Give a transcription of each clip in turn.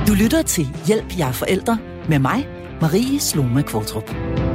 Du lytter til Hjælp, jeg er forældre med mig, Marie Sloma Kvartrup.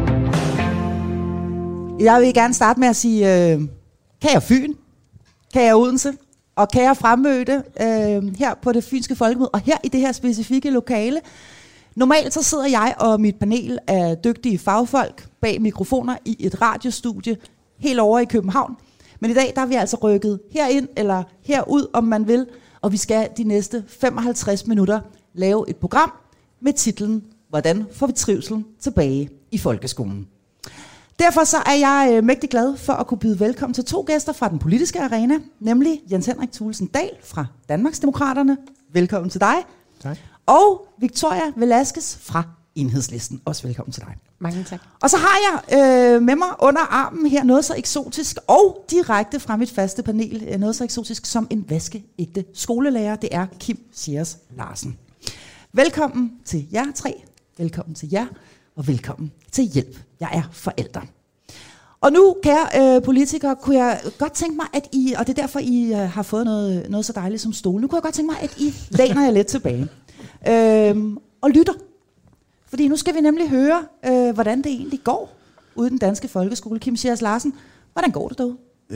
Jeg vil gerne starte med at sige, kære Fyn, kære Odense og kære fremmødte her på det fynske folkemøde og her i det her specifikke lokale. Normalt så sidder jeg og mit panel af dygtige fagfolk bag mikrofoner i et radiostudie helt over i København. Men i dag der er vi altså rykket herind eller herud, om man vil, og vi skal de næste 55 minutter lave et program med titlen Hvordan får vi trivselen tilbage i folkeskolen? Derfor så er jeg mægtig glad for at kunne byde velkommen til to gæster fra den politiske arena, nemlig Jens Henrik Thulesen Dahl fra Danmarksdemokraterne. Velkommen til dig. Tak. Og Victoria Velasquez fra Enhedslisten. Også velkommen til dig. Mange tak. Og så har jeg med mig under armen her noget så eksotisk og direkte fra mit faste panel, noget så eksotisk som en vaskeægte skolelærer. Det er Kim Schiers Larsen. Velkommen til jer tre, velkommen til jer, og velkommen til Hjælp, jeg er forældre. Og nu, kære politikere, kunne jeg godt tænke mig, at I, og det er derfor, I har fået noget så dejligt som stol, nu kunne jeg godt tænke mig, at I læner jer lidt tilbage og lytter. Fordi nu skal vi nemlig høre, hvordan det egentlig går ude i den danske folkeskole. Kim Schiers Larsen, hvordan går det derude?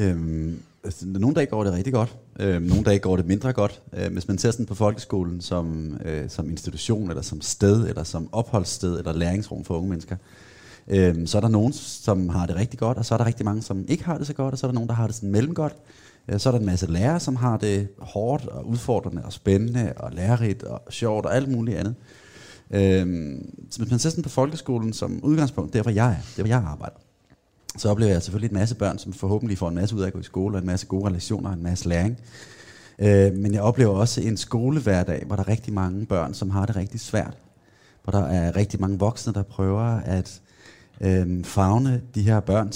Nogle dage går det rigtig godt, nogle dage går det mindre godt. Hvis man ser sådan på folkeskolen som institution, eller som sted, eller som opholdssted, eller læringsrum for unge mennesker, så er der nogen, som har det rigtig godt, og så er der rigtig mange, som ikke har det så godt, og så er der nogen, der har det sådan mellemgodt. Så er der en masse lærere, som har det hårdt, og udfordrende, og spændende, og lærerigt, og sjovt, og alt muligt andet. Så hvis man ser sådan på folkeskolen som udgangspunkt, det er, hvor jeg arbejder, så oplever jeg selvfølgelig en masse børn, som forhåbentlig får en masse ud af at gå i skole, og en masse gode relationer, og en masse læring. Men jeg oplever også en skolehverdag, hvor der er rigtig mange børn, som har det rigtig svært. Hvor der er rigtig mange voksne, der prøver at favne de her børn,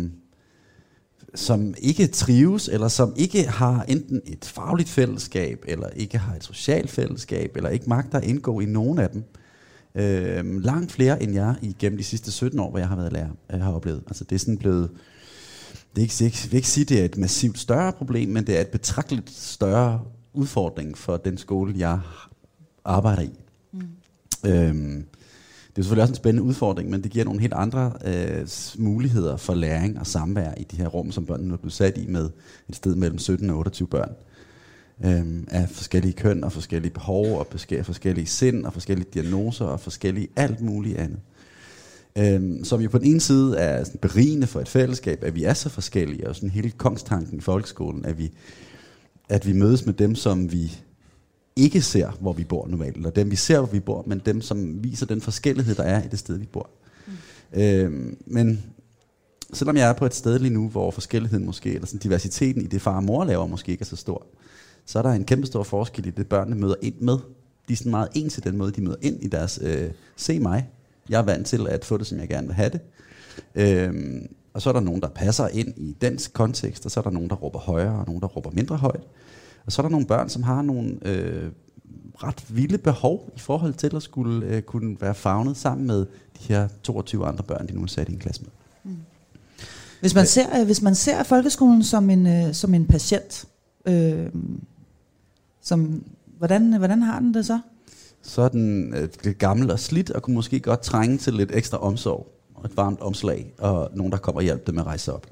som ikke trives, eller som ikke har enten et fagligt fællesskab, eller ikke har et socialt fællesskab, eller ikke magter at indgå i nogen af dem. Langt flere end jeg igennem de sidste 17 år, hvor jeg har været lærer, har oplevet. Altså det er sådan blevet, jeg vil ikke sige, det er et massivt større problem, men det er et betragteligt større udfordring for den skole, jeg arbejder i. Det er selvfølgelig også en spændende udfordring, men det giver nogle helt andre muligheder for læring og samvær i de her rum, som børnene er blevet sat i med et sted mellem 17 og 28 børn. Af forskellige køn og forskellige behov og forskellige sind og forskellige diagnoser og forskellige alt muligt andet. Som jo på den ene side er sådan berigende for et fællesskab, at vi er så forskellige, og sådan hele kongstanken i folkeskolen, at vi mødes med dem, som vi ikke ser, hvor vi bor normalt, eller dem vi ser, hvor vi bor, men dem, som viser den forskellighed, der er i det sted, vi bor. Men selvom jeg er på et sted lige nu, hvor forskelligheden måske, eller sådan diversiteten i det far og mor laver, måske ikke er så stor, så er der en kæmpe stor forskel i det, børnene møder ind med. De er sådan meget ens til den måde, de møder ind i deres, se mig, jeg er vant til at få det, som jeg gerne vil have det. Og så er der nogen, der passer ind i dens kontekst, og så er der nogen, der råber højere, og nogen, der råber mindre højt. Og så er der nogle børn, som har nogle ret vilde behov i forhold til at skulle kunne være favnet sammen med de her 22 andre børn, de nu er sat i en klasse med. Hvis man ser folkeskolen som en patient, hvordan har den det så? Så er den lidt gammel og slidt, og kunne måske godt trænge til lidt ekstra omsorg, og et varmt omslag, og nogen, der kommer og hjælper dem at rejse op.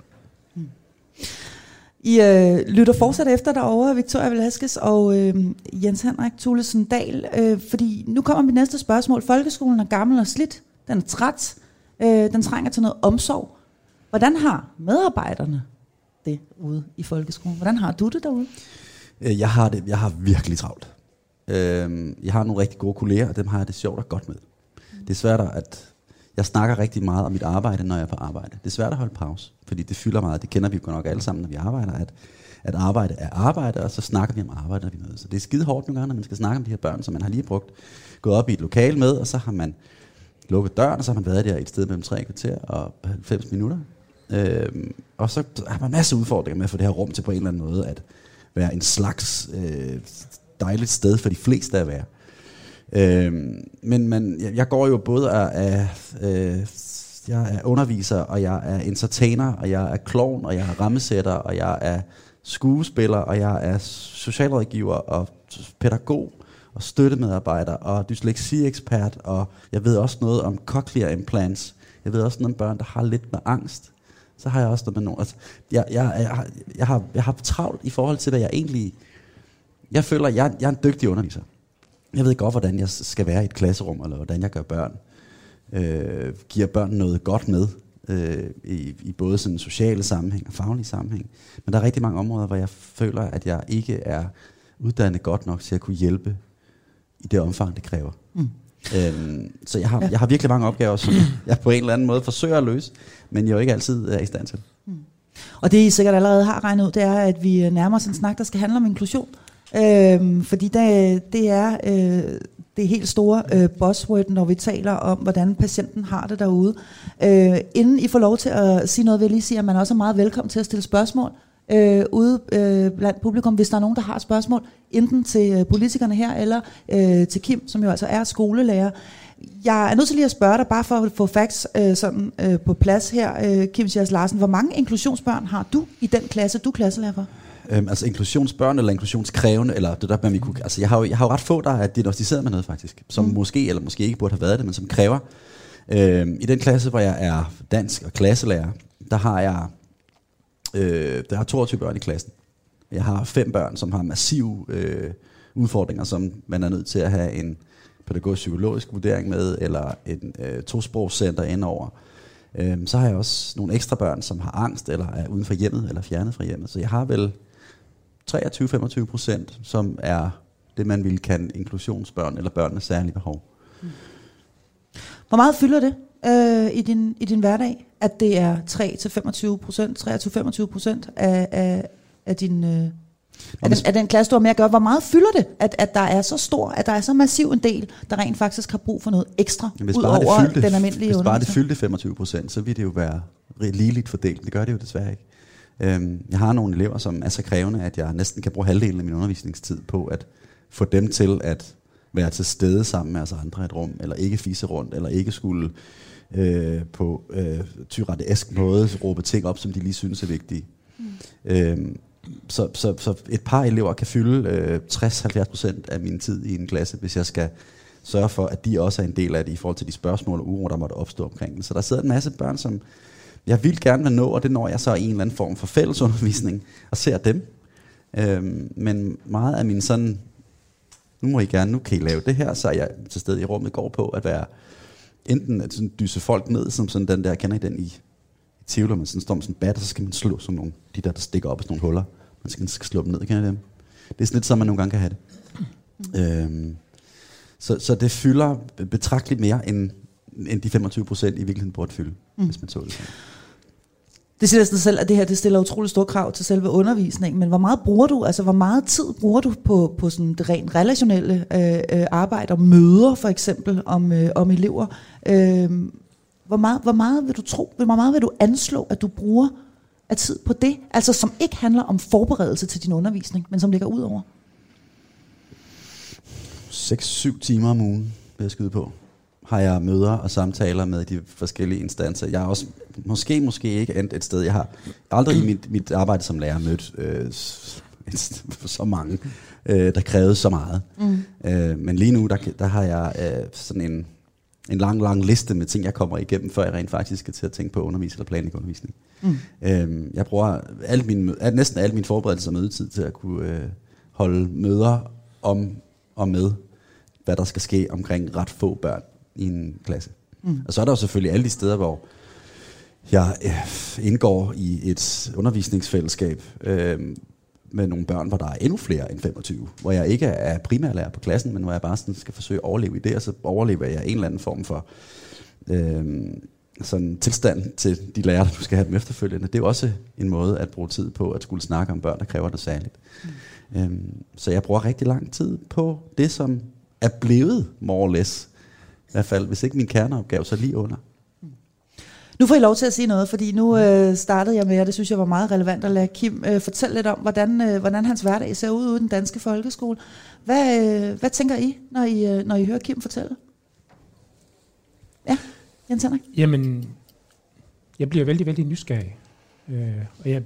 I lytter fortsat efter derovre, Victoria Velasquez og Jens Henrik Thulesen Dahl, fordi nu kommer mit næste spørgsmål. Folkeskolen er gammel og slidt, den er træt, den trænger til noget omsorg. Hvordan har medarbejderne det ude i folkeskolen? Hvordan har du det derude? Jeg har virkelig travlt. Jeg har nogle rigtig gode kolleger, og dem har jeg det sjovt og godt med. Det er svært at jeg snakker rigtig meget om mit arbejde, når jeg er på arbejde. Det er svært at holde pause, fordi det fylder meget. Det kender vi jo nok alle sammen, når vi arbejder, at arbejde er arbejde, og så snakker vi om arbejde, når vi mødes. Så det er skide hårdt nogle gange, når man skal snakke om de her børn, som man har lige gået op i et lokale med, og så har man lukket døren, og så har man været der i et sted mellem 3 kvarter og 90 minutter. Og så har man masser af udfordringer med at få det her rum til på en eller anden måde at være en slags dejligt sted for de fleste at være. Men jeg går jo både jeg er underviser, og jeg er entertainer, og jeg er klovn, og jeg er rammesætter, og jeg er skuespiller, og jeg er socialrådgiver og pædagog, og støttemedarbejder, og dysleksi-ekspert, og jeg ved også noget om cochlear implants. Jeg ved også noget om børn, der har lidt med angst. Så har jeg også noget med nogen. Altså, jeg har travlt i forhold til, hvad jeg egentlig... Jeg føler, at jeg er en dygtig underviser. Jeg ved godt, hvordan jeg skal være i et klasserum, eller hvordan jeg gør børn. Giver børn noget godt med, i både sådan sociale sammenhæng og faglige sammenhæng. Men der er rigtig mange områder, hvor jeg føler, at jeg ikke er uddannet godt nok til at kunne hjælpe i det omfang, det kræver. Så jeg har virkelig mange opgaver, som jeg på en eller anden måde forsøger at løse, men jeg jo ikke altid er i stand til. Og det I sikkert allerede har regnet ud, det er, at vi nærmer os en snak, der skal handle om inklusion. Fordi det er det helt store buzzword, når vi taler om, hvordan patienten har det derude. Inden I får lov til at sige noget, vil jeg lige sige, at man også er meget velkommen til at stille spørgsmål ude blandt publikum, hvis der er nogen, der har spørgsmål, enten til politikerne her, eller til Kim, som jo altså er skolelærer. Jeg er nødt til lige at spørge dig, bare for at få facts på plads her, Kim Schiers Larsen. Hvor mange inklusionsbørn har du i den klasse, du er klasselærer for? Altså inklusionsbørn eller inklusionskrævende, eller det der, man kunne, altså jeg har jo ret få, der er diagnosticeret med noget faktisk, som måske eller måske ikke burde have været det, men som kræver. I den klasse, hvor jeg er dansk og klasselærer, der har jeg 22 børn i klassen. Jeg har 5 børn, som har massive udfordringer, som man er nødt til at have en pædagogisk-psykologisk vurdering med, eller en tosprogscenter indover. Så har jeg også nogle ekstra børn, som har angst, eller er uden for hjemmet, eller fjernet fra hjemmet. Så jeg har vel 23-25%, som er det, man ville kalde inklusionsbørn, eller børn med særlige behov. Hvor meget fylder det i din hverdag, at det er 23-25% af din... af den klasse, du har med at gøre? Hvor meget fylder det, at der er så stor, at der er så massiv en del, der rent faktisk har brug for noget ekstra, ud over den almindelige undervisning? Hvis bare det fyldte 25%, så ville det jo være ligeligt fordelt. Det gør det jo desværre ikke. Jeg har nogle elever, som er så krævende, at jeg næsten kan bruge halvdelen af min undervisningstid på at få dem til at være til stede sammen med os andre i et rum, eller ikke fise rundt, eller ikke skulle på tyrannesk måde råbe ting op, som de lige synes er vigtige. Så et par elever kan fylde 60-70% af min tid i en klasse, hvis jeg skal sørge for, at de også er en del af det i forhold til de spørgsmål og uro, der måtte opstå omkring det. Så der sidder en masse børn, som jeg vil gerne vil nå, og det når jeg så i en eller anden form for fællesundervisning og ser dem. Men meget af min sådan, nu kan I lave det her, så er jeg til stede i rummet går på at være enten at sådan dyse folk ned, som sådan den der, kender I den i Tivoli, man sådan står med sådan en bat, og så skal man slå sådan nogle, de der stikker op i sådan nogle huller. Man skal slå dem ned, kender I dem? Det er sådan lidt, som man nogle gange kan have det. Så det fylder betragteligt mere, end de 25% i virkeligheden burde fylde, hvis man så det. Det siger sig selv, at det her det stiller utroligt store krav til selve undervisningen, men hvor meget bruger du, altså hvor meget tid bruger du på sådan det rent relationelle arbejde og møder for eksempel om elever? Hvor meget vil du tro, hvor meget vil du anslå, at du bruger af tid på det, altså som ikke handler om forberedelse til din undervisning, men som ligger ud over? 6-7 timer om ugen vil jeg skyde på. Har jeg møder og samtaler med de forskellige instanser. Jeg har også måske ikke endt et sted. Jeg har aldrig i mit arbejde som lærer mødt så mange, der krævede så meget. Men lige nu, der har jeg sådan en lang liste med ting, jeg kommer igennem, før jeg rent faktisk skal til at tænke på undervisning eller planlægge undervisning. Jeg bruger næsten al min forberedelse og mødetid til at kunne holde møder om og med, hvad der skal ske omkring ret få børn i en klasse. Og så er der jo selvfølgelig alle de steder, hvor jeg indgår i et undervisningsfællesskab med nogle børn, hvor der er endnu flere end 25, hvor jeg ikke er primærlærer på klassen, men hvor jeg bare sådan skal forsøge at overleve i det, og så overlever jeg en eller anden form for sådan tilstand til de lærere, der skal have dem efterfølgende. Det er jo også en måde at bruge tid på, at skulle snakke om børn, der kræver det særligt. Så jeg bruger rigtig lang tid på det, som er blevet more or less, i hvert fald, hvis ikke min kerneopgave, så lige under. Nu får I lov til at sige noget, fordi nu startede jeg med, og det synes jeg var meget relevant at lade Kim fortælle lidt om, hvordan hans hverdag ser ud i den danske folkeskole. Hvad tænker I, når I hører Kim fortælle? Ja, Jens Henrik? Jamen, jeg bliver vældig, vældig nysgerrig.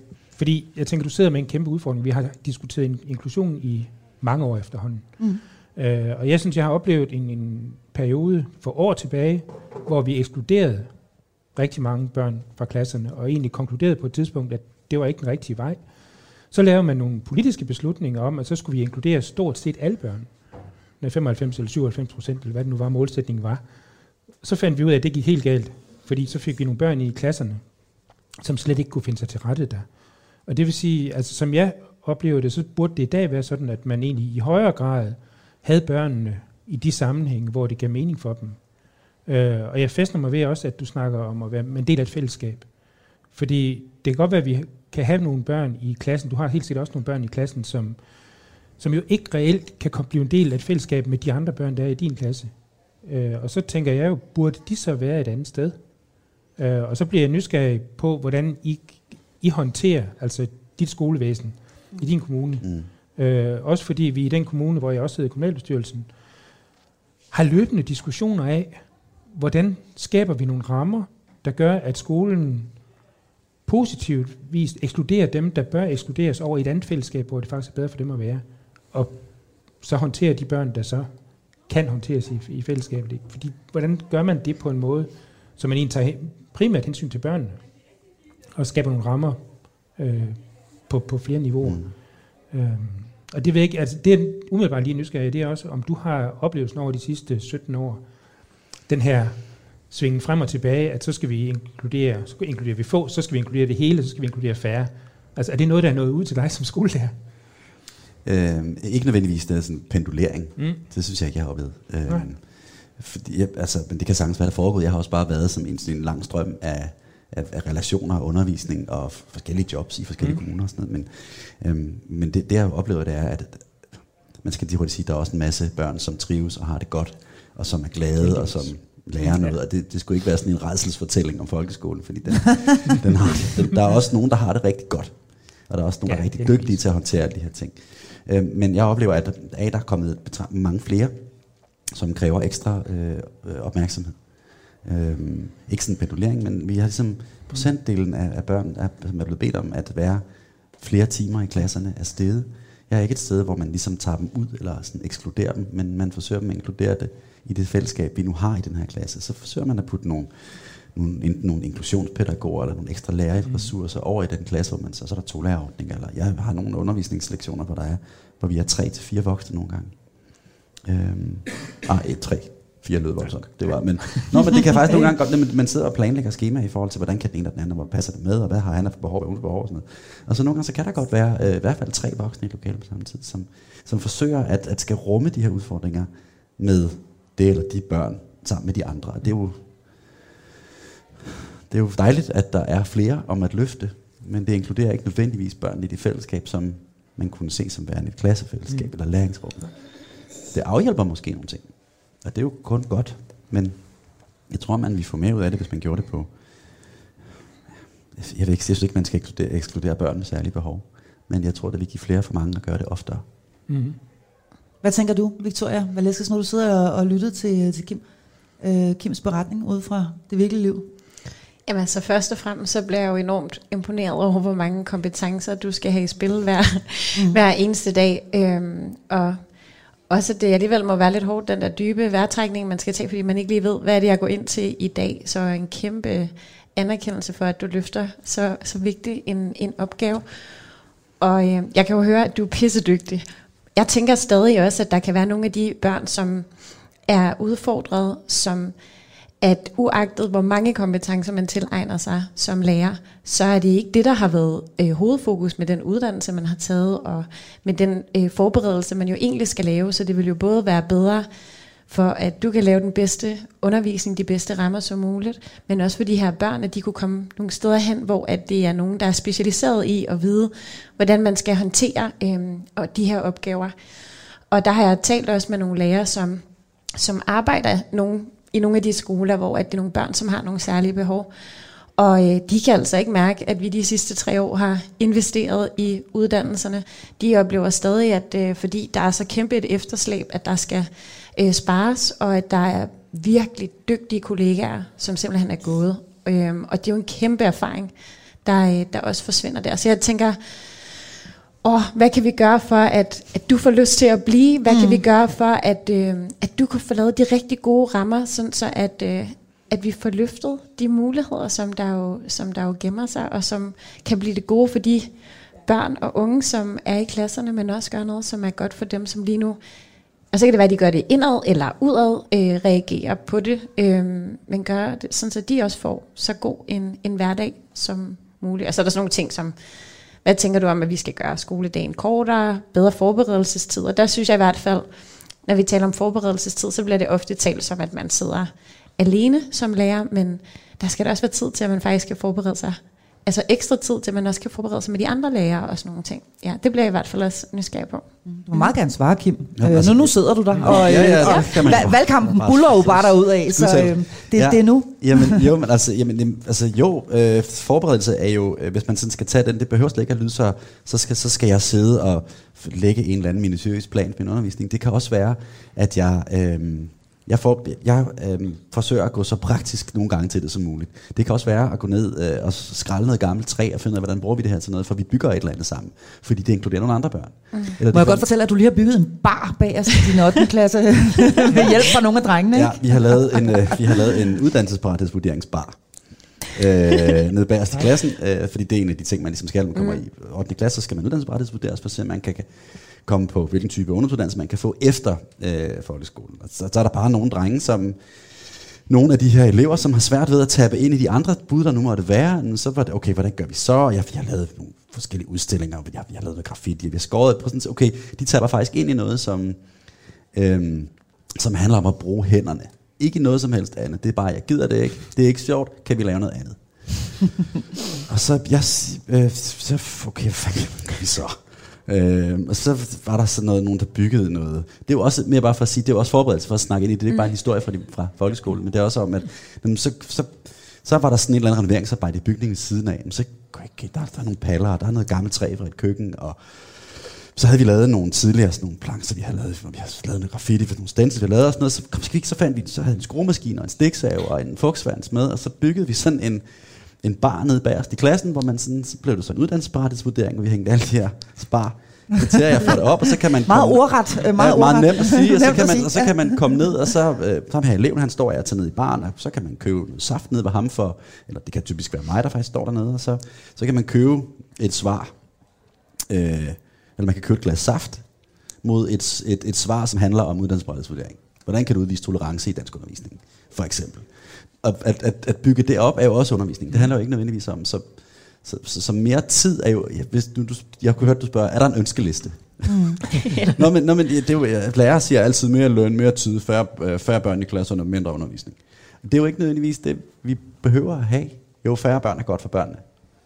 Fordi jeg tænker, du sidder med en kæmpe udfordring. Vi har diskuteret inklusion i mange år efterhånden. Og jeg synes, jeg har oplevet en periode for år tilbage, hvor vi ekskluderede rigtig mange børn fra klasserne, og egentlig konkluderede på et tidspunkt, at det var ikke den rigtige vej. Så lavede man nogle politiske beslutninger om, at så skulle vi inkludere stort set alle børn. Med 95 eller 97%, eller hvad det nu var, målsætningen var. Så fandt vi ud af, at det gik helt galt, fordi så fik vi nogle børn i klasserne, som slet ikke kunne finde sig til rette der. Og det vil sige, altså som jeg oplever det, så burde det i dag være sådan, at man egentlig i højere grad havde børnene i de sammenhænge, hvor det gav mening for dem. Og jeg fæstner mig ved også, at du snakker om at være en del af et fællesskab. Fordi det kan godt være, at vi kan have nogle børn i klassen. Du har helt sikkert også nogle børn i klassen, som jo ikke reelt kan blive en del af et fællesskab med de andre børn, der er i din klasse. Og så tænker jeg jo, burde de så være et andet sted? Og så bliver jeg nysgerrig på, hvordan I håndterer altså dit skolevæsen i din kommune. Også fordi vi i den kommune, hvor jeg også sidder i kommunalbestyrelsen, har løbende diskussioner af, hvordan skaber vi nogle rammer, der gør, at skolen positivt vist ekskluderer dem, der bør ekskluderes over i et andet fællesskab, hvor det faktisk er bedre for dem at være. Og så håndterer de børn, der så kan håndteres i fællesskabet. Fordi hvordan gør man det på en måde, så man egentlig tager primært hensyn til børnene, og skaber nogle rammer på flere niveauer. Og det vil ikke, altså det er umiddelbart lige nysgerrig, det er også, om du har oplevelsen over de sidste 17 år, den her svingen frem og tilbage, at så skal vi inkludere, vi få, så skal vi inkludere det hele, så skal vi inkludere færre. Altså er det noget, der er nået ud til dig som skolelærer? Ikke nødvendigvis, det er sådan en pendulering. Det synes jeg ikke, jeg har oplevet. Fordi, men det kan sagtens være, der foregået. Jeg har også bare været som en lang strøm af relationer og undervisning og forskellige jobs i forskellige kommuner og sådan noget. Men det jeg oplever, det er, at man skal lige hurtigt sige, at der er også en masse børn, som trives og har det godt, og som er glade, og som lærer noget. Og det skulle ikke være sådan en rædselsfortælling om folkeskolen, fordi der er også nogen, der har det rigtig godt. Og der er også nogen, der er rigtig dygtige til at håndtere alle de her ting. Men jeg oplever, at der er kommet mange flere, som kræver ekstra opmærksomhed. Ikke sådan en pendulering, men vi har ligesom procentdelen af børn, som er blevet bedt om at være flere timer i klasserne er steget. Jeg er ikke et sted, hvor man ligesom tager dem ud eller sådan ekskluderer dem, men man forsøger dem at inkludere det i det fællesskab, vi nu har i den her klasse. Så forsøger man at putte enten nogle inklusionspædagoger eller nogle ekstra lærerressourcer over i den klasse, hvor man så er der 2 lærerordninger, eller jeg har nogle undervisningslektioner, hvor vi er 3 til 4 voksne nogle gange. 4 lød voldsomt. Det var, men det kan faktisk nogle gange godt, man sidder og planlægger skema i forhold til, hvordan kan den ene og den anden, hvor passer det med, og hvad har han for behov, og behov og sådan noget. Og så nogle gange, så kan der godt være i hvert fald 3 voksne i lokalet på samme tid, som forsøger at skal rumme de her udfordringer med det eller de børn sammen med de andre. Det er jo dejligt, at der er flere om at løfte, men det inkluderer ikke nødvendigvis børn i det fællesskab, som man kunne se som værende et klassefællesskab eller læringsrum. Det afhjælper måske nogle ting. Og det er jo kun godt, men jeg tror, man vil få mere ud af det, hvis man gjorde det på... Jeg synes ikke, man skal ekskludere børn med særlige behov, men jeg tror, det vil give flere for mange at gøre det oftere. Mm-hmm. Hvad tænker du, Victoria Valeskes, når du sidder og lytter til Kims beretning ud fra det virkelige liv? Jamen altså først og fremmest, så bliver jeg jo enormt imponeret over, hvor mange kompetencer du skal have i spil hver eneste dag. Og også det alligevel må være lidt hårdt, den der dybe vejrtrækning, man skal tage, fordi man ikke lige ved, hvad er det, jeg går ind til i dag. Så en kæmpe anerkendelse for, at du løfter så vigtig en opgave. Og jeg kan jo høre, at du er pissedygtig. Jeg tænker stadig også, at der kan være nogle af de børn, som er udfordret, som at uagtet hvor mange kompetencer man tilegner sig som lærer, så er det ikke det, der har været hovedfokus med den uddannelse, man har taget, og med den forberedelse, man jo egentlig skal lave. Så det vil jo både være bedre for, at du kan lave den bedste undervisning, de bedste rammer som muligt, men også for de her børn, at de kunne komme nogle steder hen, hvor at det er nogen, der er specialiseret i at vide, hvordan man skal håndtere de her opgaver. Og der har jeg talt også med nogle lærere, som arbejder i nogle af de skoler, hvor at det er nogle børn, som har nogle særlige behov. Og de kan altså ikke mærke, at vi de sidste 3 år har investeret i uddannelserne. De oplever stadig, at fordi der er så kæmpe et efterslæb, at der skal spares, og at der er virkelig dygtige kollegaer, som simpelthen er gået. Og det er jo en kæmpe erfaring, der også forsvinder der. Så jeg tænker, hvad kan vi gøre for, at du får lyst til at blive? Hvad kan vi gøre for, at du kan få lavet de rigtig gode rammer, sådan så at vi får løftet de muligheder, som der jo gemmer sig, og som kan blive det gode for de børn og unge, som er i klasserne, men også gør noget, som er godt for dem, som lige nu. Og så kan det være, at de gør det indad eller udad, reagerer på det, men gør det, sådan så de også får så god en hverdag som muligt. Og så er der sådan nogle ting som, hvad tænker du om, at vi skal gøre skoledagen kortere, bedre forberedelsestid? Og der synes jeg i hvert fald, når vi taler om forberedelsestid, så bliver det ofte talt som, at man sidder alene som lærer, men der skal der også være tid til, at man faktisk skal forberede sig. Altså ekstra tid til, at man også kan forberede sig med de andre lærere og sådan nogle ting. Ja, det bliver jeg i hvert fald også nysgerrig på. Du må meget gerne svare, Kim. Ja, nu sidder du der, og valgkampen buller jo bare derudad, så det er nu. Forberedelse er jo, hvis man sådan skal tage den, det behøver slet ikke at lyde så skal jeg sidde og lægge en eller anden minutiøs plan for min undervisning. Det kan også være, at jeg forsøger at gå så praktisk nogle gange til det som muligt. Det kan også være at gå ned og skralde noget gammelt træ og finde ud af, hvordan bruger vi det her til noget, for vi bygger et eller andet sammen. Fordi det inkluderer nogle andre børn. Må jeg godt fortælle, at du lige har bygget en bar bag os i din 8. klasse med hjælp fra nogle af drengene, ikke? Ja, vi har lavet en uddannelsesparathedsvurderingsbar. Nede bagerst i klassen, fordi det er en af de ting, man ligesom skal, når man kommer i 8. klasse, så skal man uddannelsesparathedsvurderes, for at se, om man kan komme på, hvilken type ungdomsuddannelse man kan få efter folkeskolen. Og så er der bare nogle drenge, nogle af de her elever, som har svært ved at tabe ind i de andre bud, der nu måtte være. Så var det, okay, hvordan gør vi så? Vi har lavet nogle forskellige udstillinger, vi har lavet noget graffiti, vi har skåret på sådan, okay, de taber faktisk ind i noget, som handler om at bruge hænderne. Ikke noget som helst andet. Det er bare, jeg gider det ikke. Det er ikke sjovt. Kan vi lave noget andet? Og så, okay, hvad fanden gør vi så? Og så var der sådan nogen, der byggede noget. Det er jo også mere bare for at sige, det er jo også forberedelse for at snakke ind i det. Det er ikke bare en historie fra folkeskolen, men det er også om, at så var der sådan et eller andet renoveringsarbejde i bygningen siden af. Så okay, der er nogle paller, og der er noget gammelt træ fra et køkken, og så havde vi lavet nogle tidligere sådan nogle plancher, vi havde lavet noget graffiti for nogle stencil, vi havde lavet og sådan noget, så fandt vi, så havde vi en skruemaskine og en stiksave og en fugtsvans med, og så byggede vi sådan en bar nede bagerst i klassen, hvor man sådan, så blev det sådan en uddannelsesparathedsvurdering, og vi hængte alle de her kriterier for det op, og så kan man meget ordret, meget nemt at sige, og så kan man komme ned, og så her eleven, han står og tager ned i baren, og så kan man købe noget saft ned ved ham for, eller det kan typisk være mig, der faktisk står dernede, og så kan man købe et svar, eller man kan købe et glas saft mod et svar, som handler om uddannelsesparathedsvurdering. Hvordan kan du udvise tolerance i dansk undervisning, for eksempel? Og at bygge det op er jo også undervisning. Det handler jo ikke nødvendigvis om. Så mere tid er jo... Jeg kunne høre, du spørger, er der en ønskeliste? Nå, men det er jo, lærer siger altid mere løn, mere tid, færre børn i klasserne, mindre undervisning. Det er jo ikke nødvendigvis det, vi behøver at have. Jo, færre børn er godt for børnene.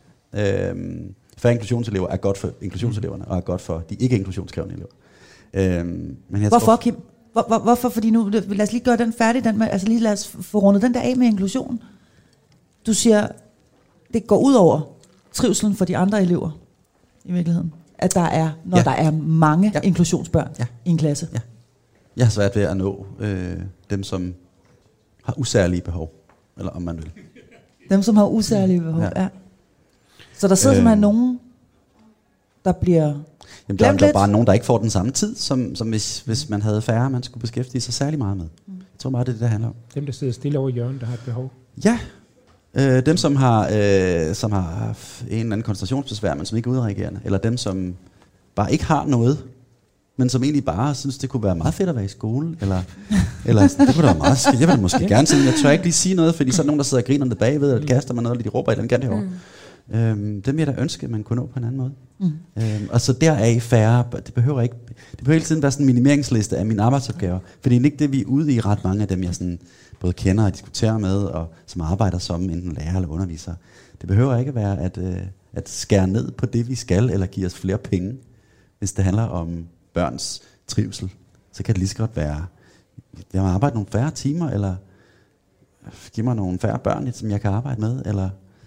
Færre inklusionselever er godt for inklusionseleverne, og er godt for de ikke-inklusionskrævende elever. Men hvorfor, Kim? Hvorfor? Fordi nu, lad os lige gøre den færdig, altså lige lad os få rundet den der af med inklusion. Du siger, det går ud over trivselen for de andre elever, i virkeligheden. At der er, der er mange inklusionsbørn i en klasse. Ja. Jeg har svært ved at nå dem, som har usærlige behov, eller om man vil. Dem, som har usærlige behov, ja. Så der sidder simpelthen nogen, der bliver... Jamen, der er bare nogen, der ikke får den samme tid, som hvis man havde færre, man skulle beskæftige sig særlig meget med. Jeg tror bare, det handler om. Dem, der sidder stille over i hjørnet, der har et behov. Ja. Dem, som har en eller anden koncentrationsbesvær, men som ikke er udreagerende. Eller dem, som bare ikke har noget, men som egentlig bare synes, det kunne være meget fedt at være i skole. Eller det kunne da være meget skidt. Jeg vil måske gerne sige, jeg tør ikke lige sige noget, fordi så er nogen, der sidder og griner det bagved, eller kaster man noget, eller de råber et eller andet gerne herovre. Dem vil jeg da ønske, at man kunne nå på en anden måde. Og så deraf færre, det behøver hele tiden være sådan en minimeringsliste af mine arbejdsopgaver, for det er ikke det, vi er ude i ret mange af dem, jeg sådan både kender og diskuterer med, og som arbejder som enten lærer eller underviser. Det behøver ikke være at skære ned på det, vi skal, eller give os flere penge. Hvis det handler om børns trivsel, så kan det lige så godt være, jeg må arbejde nogle færre timer, eller give mig nogle færre børn, som jeg kan arbejde med, eller...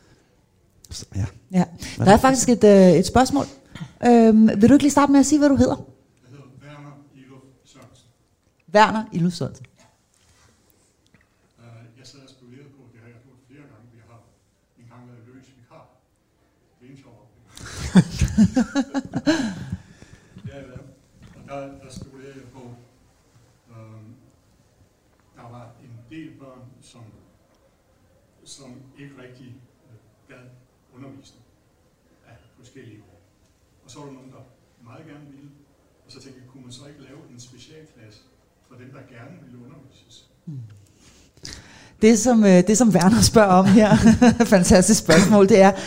Ja. Der er faktisk et spørgsmål. Vil du ikke lige starte med at sige, hvad du hedder? Jeg hedder Werner Iluf Sørensen. Werner Iluf Sørensen. Jeg sad og spekulerede på, det har jeg gjort flere gange. Vi har en gang været løs vikar. Det er en sjov opgave. Der spekulerer jeg på, der var en del børn, som ikke rigtig gad undervisning af forskellige år. Og så var der nogen, der meget gerne ville. Og så tænkte jeg, kunne man så ikke lave en specialklasse for dem, der gerne ville undervises? Det som Werner spørger om her, fantastisk spørgsmål, det er,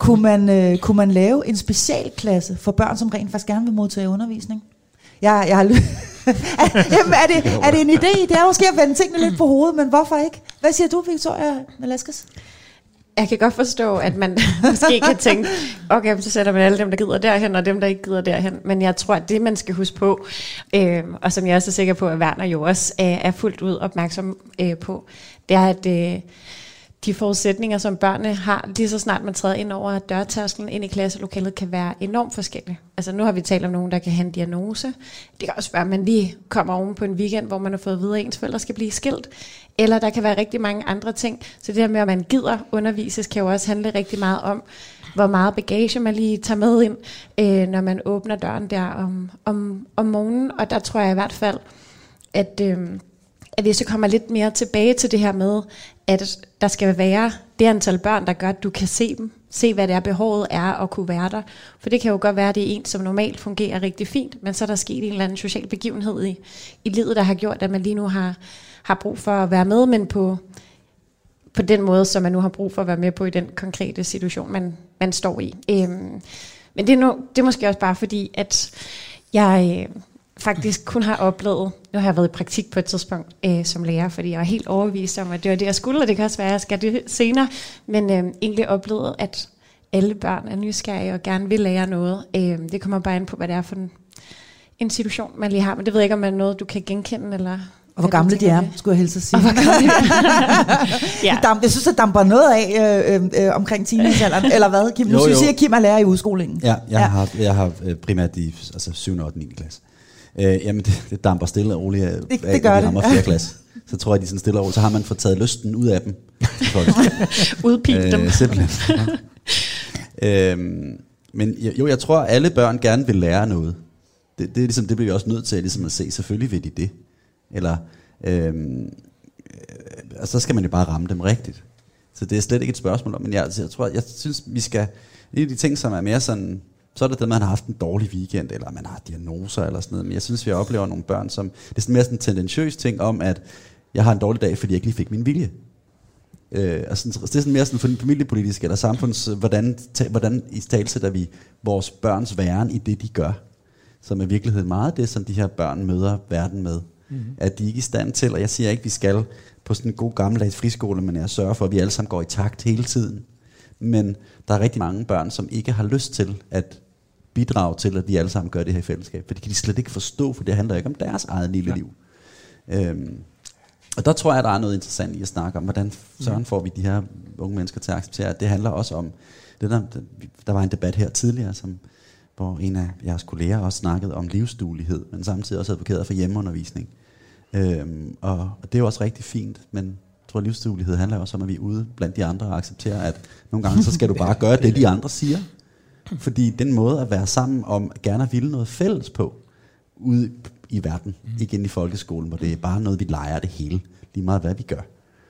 kunne man lave en specialklasse for børn, som rent faktisk gerne vil modtage undervisning? Jeg har Jamen, er det en idé? Det er måske at vende tingene lidt på hovedet, men hvorfor ikke? Hvad siger du, Victoria Velasquez? Jeg kan godt forstå, at man måske kan tænke, okay, så sætter man alle dem, der gider derhen, og dem, der ikke gider derhen. Men jeg tror, at det, man skal huske på, og som jeg også er sikker på, at Werner jo også er fuldt ud opmærksom på, det er, at de forudsætninger, som børnene har, lige så snart man træder ind over dørtærsklen ind i klasselokalet, kan være enormt forskellige. Altså nu har vi talt om nogen, der kan have en diagnose. Det kan også være, at man lige kommer oven på en weekend, hvor man har fået at vide, at ens forældre skal blive skilt. Eller der kan være rigtig mange andre ting. Så det her med, at man gider undervises, kan jo også handle rigtig meget om, hvor meget bagage man lige tager med ind, når man åbner døren der om morgenen. Og der tror jeg i hvert fald, at vi så kommer lidt mere tilbage til det her med, at der skal være det antal børn, der gør, at du kan se dem. Se, hvad det er, behovet er, og kunne være der. For det kan jo godt være, at det er en, som normalt fungerer rigtig fint, men så er der sket en eller anden social begivenhed i livet, der har gjort, at man lige nu har brug for at være med, men på den måde, som man nu har brug for at være med på i den konkrete situation, man står i. Men det er måske også bare fordi, at jeg faktisk kun har oplevet, nu har jeg været i praktik på et tidspunkt som lærer, fordi jeg var helt overbevist om, at det var det, jeg skulle, og det kan også være, at jeg skal det senere, men egentlig oplevet, at alle børn er nysgerrige og gerne vil lære noget. Det kommer bare ind på, hvad det er for en institution, man lige har, men det ved jeg ikke, om det er noget, du kan genkende, eller... Og hvor gamle de er, skulle jeg helst at sige. Og hvor gamle de er. Jeg synes, at damper noget af omkring teenagealderen, eller hvad, Kim? Nu synes jeg, at Kim er lærer i udskolingen. Ja, jeg har primært i 7. og 9. klasse. Jamen, det damper stille og roligt af, det gør det. Og 4. klasse. Så tror jeg, de sådan stille og roligt, så har man fået taget lysten ud af dem. Udpigt dem. Simpelthen. Men jeg tror, at alle børn gerne vil lære noget. Det bliver vi også nødt til ligesom at se. Selvfølgelig vil de det. Eller, og så skal man jo bare ramme dem rigtigt. Så det er slet ikke et spørgsmål om, men jeg synes, vi skal, en af de ting, som er mere sådan, så er det, man har haft en dårlig weekend, eller man har diagnoser, eller sådan noget, men jeg synes, vi oplever nogle børn, som, det er sådan mere sådan en tendentiøs ting om, at jeg har en dårlig dag, fordi jeg ikke lige fik min vilje. Og sådan, det er sådan mere sådan familiepolitisk, eller samfunds, hvordan i talsætter vi vores børns væren i det, de gør, som er i virkeligheden meget det, som de her børn møder verden med. Mm-hmm. At de ikke er i stand til, og jeg siger ikke, vi skal på sådan en god gammeldags friskole, men jeg sørger for, at vi alle sammen går i takt hele tiden. Men der er rigtig mange børn, som ikke har lyst til at bidrage til, at de alle sammen gør det her i fællesskab. For det kan de slet ikke forstå, for det handler ikke om deres eget lille liv. Og der tror jeg, der er noget interessant i at snakke om, hvordan søren får vi de her unge mennesker til at acceptere, at det handler også om, der var en debat her tidligere, hvor en af jeres kolleger også snakkede om livsduelighed, men samtidig også advokeret for hjemmeundervisning. Og det er jo også rigtig fint, men jeg tror, at livsduelighed handler også om, at vi er ude blandt de andre og accepterer, at nogle gange så skal du bare gøre det, de andre siger. Fordi den måde at være sammen om gerne at ville noget fælles på, ude i verden, ikke inde i folkeskolen, hvor det er bare noget, vi leger det hele, lige meget hvad vi gør.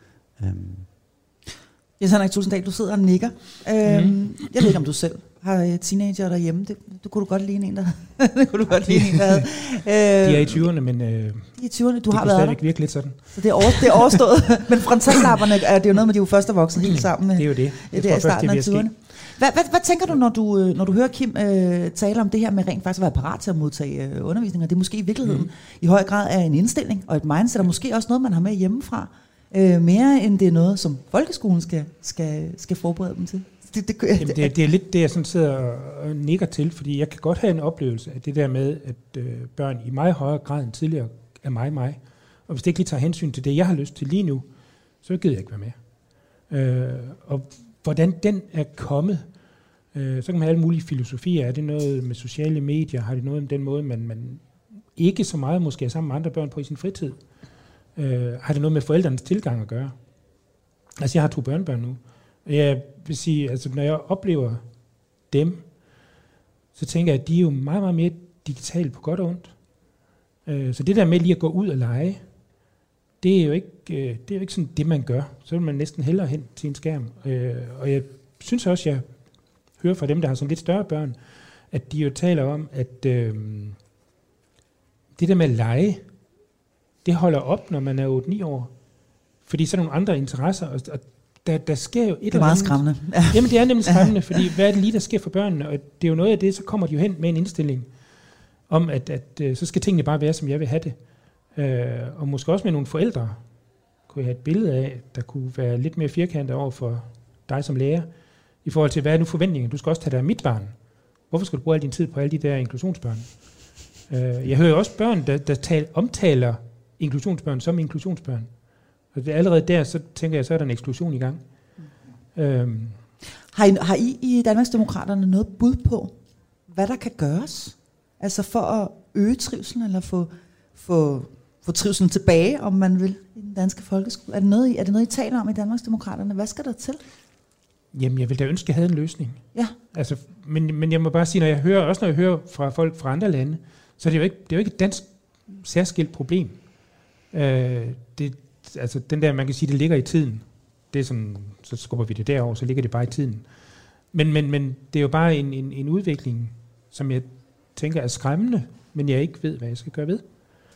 Jens Henrik Tulsendal, du sidder og nikker. Jeg ved ikke, om du selv har teenager derhjemme. Det kunne du godt ligne en, der det kunne du godt ligne en, der havde. De er i 20'erne, men de er i 20'erne, du har været der. stadigvæk virke lidt sådan. Så det er overstået. Men frontallapperne er det jo noget med, de jo først er vokset helt sammen. Det er jo det. Det er starten af 20'erne. Hvad tænker du, når du hører Kim tale om det her med rent faktisk at være parat til at modtage undervisning, og det er måske i virkeligheden i høj grad er en indstilling og et mindset, og måske også noget, man har med hjemmefra, mere end det er noget, som folkeskolen skal forberede dem til? Det er lidt det, jeg sådan sidder og nikker til, fordi jeg kan godt have en oplevelse af det der med, at børn i meget højere grad end tidligere er mig. Og hvis det ikke lige tager hensyn til det, jeg har lyst til lige nu, så gider jeg ikke være med. Og hvordan den er kommet, så kan man have alle mulige filosofier. Er det noget med sociale medier? Har det noget med den måde, man ikke så meget måske er sammen med andre børn på i sin fritid? Har det noget med forældrenes tilgang at gøre? Altså, jeg har 2 børnebørn nu. Jeg vil sige, altså, når jeg oplever dem, så tænker jeg, at de er jo meget, meget mere digitale på godt og ondt. Så det der med lige at gå ud og lege, det er jo ikke sådan det, man gør. Så vil man næsten hellere hen til en skærm. Og jeg synes også, jeg hører fra dem, der har sådan lidt større børn, at de jo taler om, at det der med at lege, det holder op, når man er 8-9 år. Fordi så er nogle andre interesser, og der sker jo et eller andet. Det er meget skræmmende. Jamen, det er nemlig skræmmende, fordi hvad er det lige, der sker for børnene? Og det er jo noget af det, så kommer de jo hen med en indstilling om, at så skal tingene bare være, som jeg vil have det. Og måske også med nogle forældre, kunne jeg have et billede af, der kunne være lidt mere firkantet over for dig som lærer, i forhold til, hvad er nu forventningen? Du skal også tage dig af mit barn. Hvorfor skal du bruge al din tid på alle de der inklusionsbørn? Jeg hører også børn, der omtaler inklusionsbørn som inklusionsbørn. Og allerede der, så tænker jeg, så er der en eksklusion i gang. Har I Danmarksdemokraterne noget bud på, hvad der kan gøres? Altså for at øge trivselen, eller få trivselen tilbage, om man vil, i den danske folkeskole? Er det noget, I taler om i Danmarksdemokraterne? Hvad skal der til? Jamen, jeg ville da ønske, at jeg havde en løsning. Ja. Altså, men jeg må bare sige, når jeg hører fra folk fra andre lande, så er det jo ikke et dansk særskilt problem. Altså den der, man kan sige, det ligger i tiden. Det er sådan, så skubber vi det derover, så ligger det bare i tiden. Men det er jo bare en udvikling, som jeg tænker er skræmmende, men jeg ikke ved, hvad jeg skal gøre ved.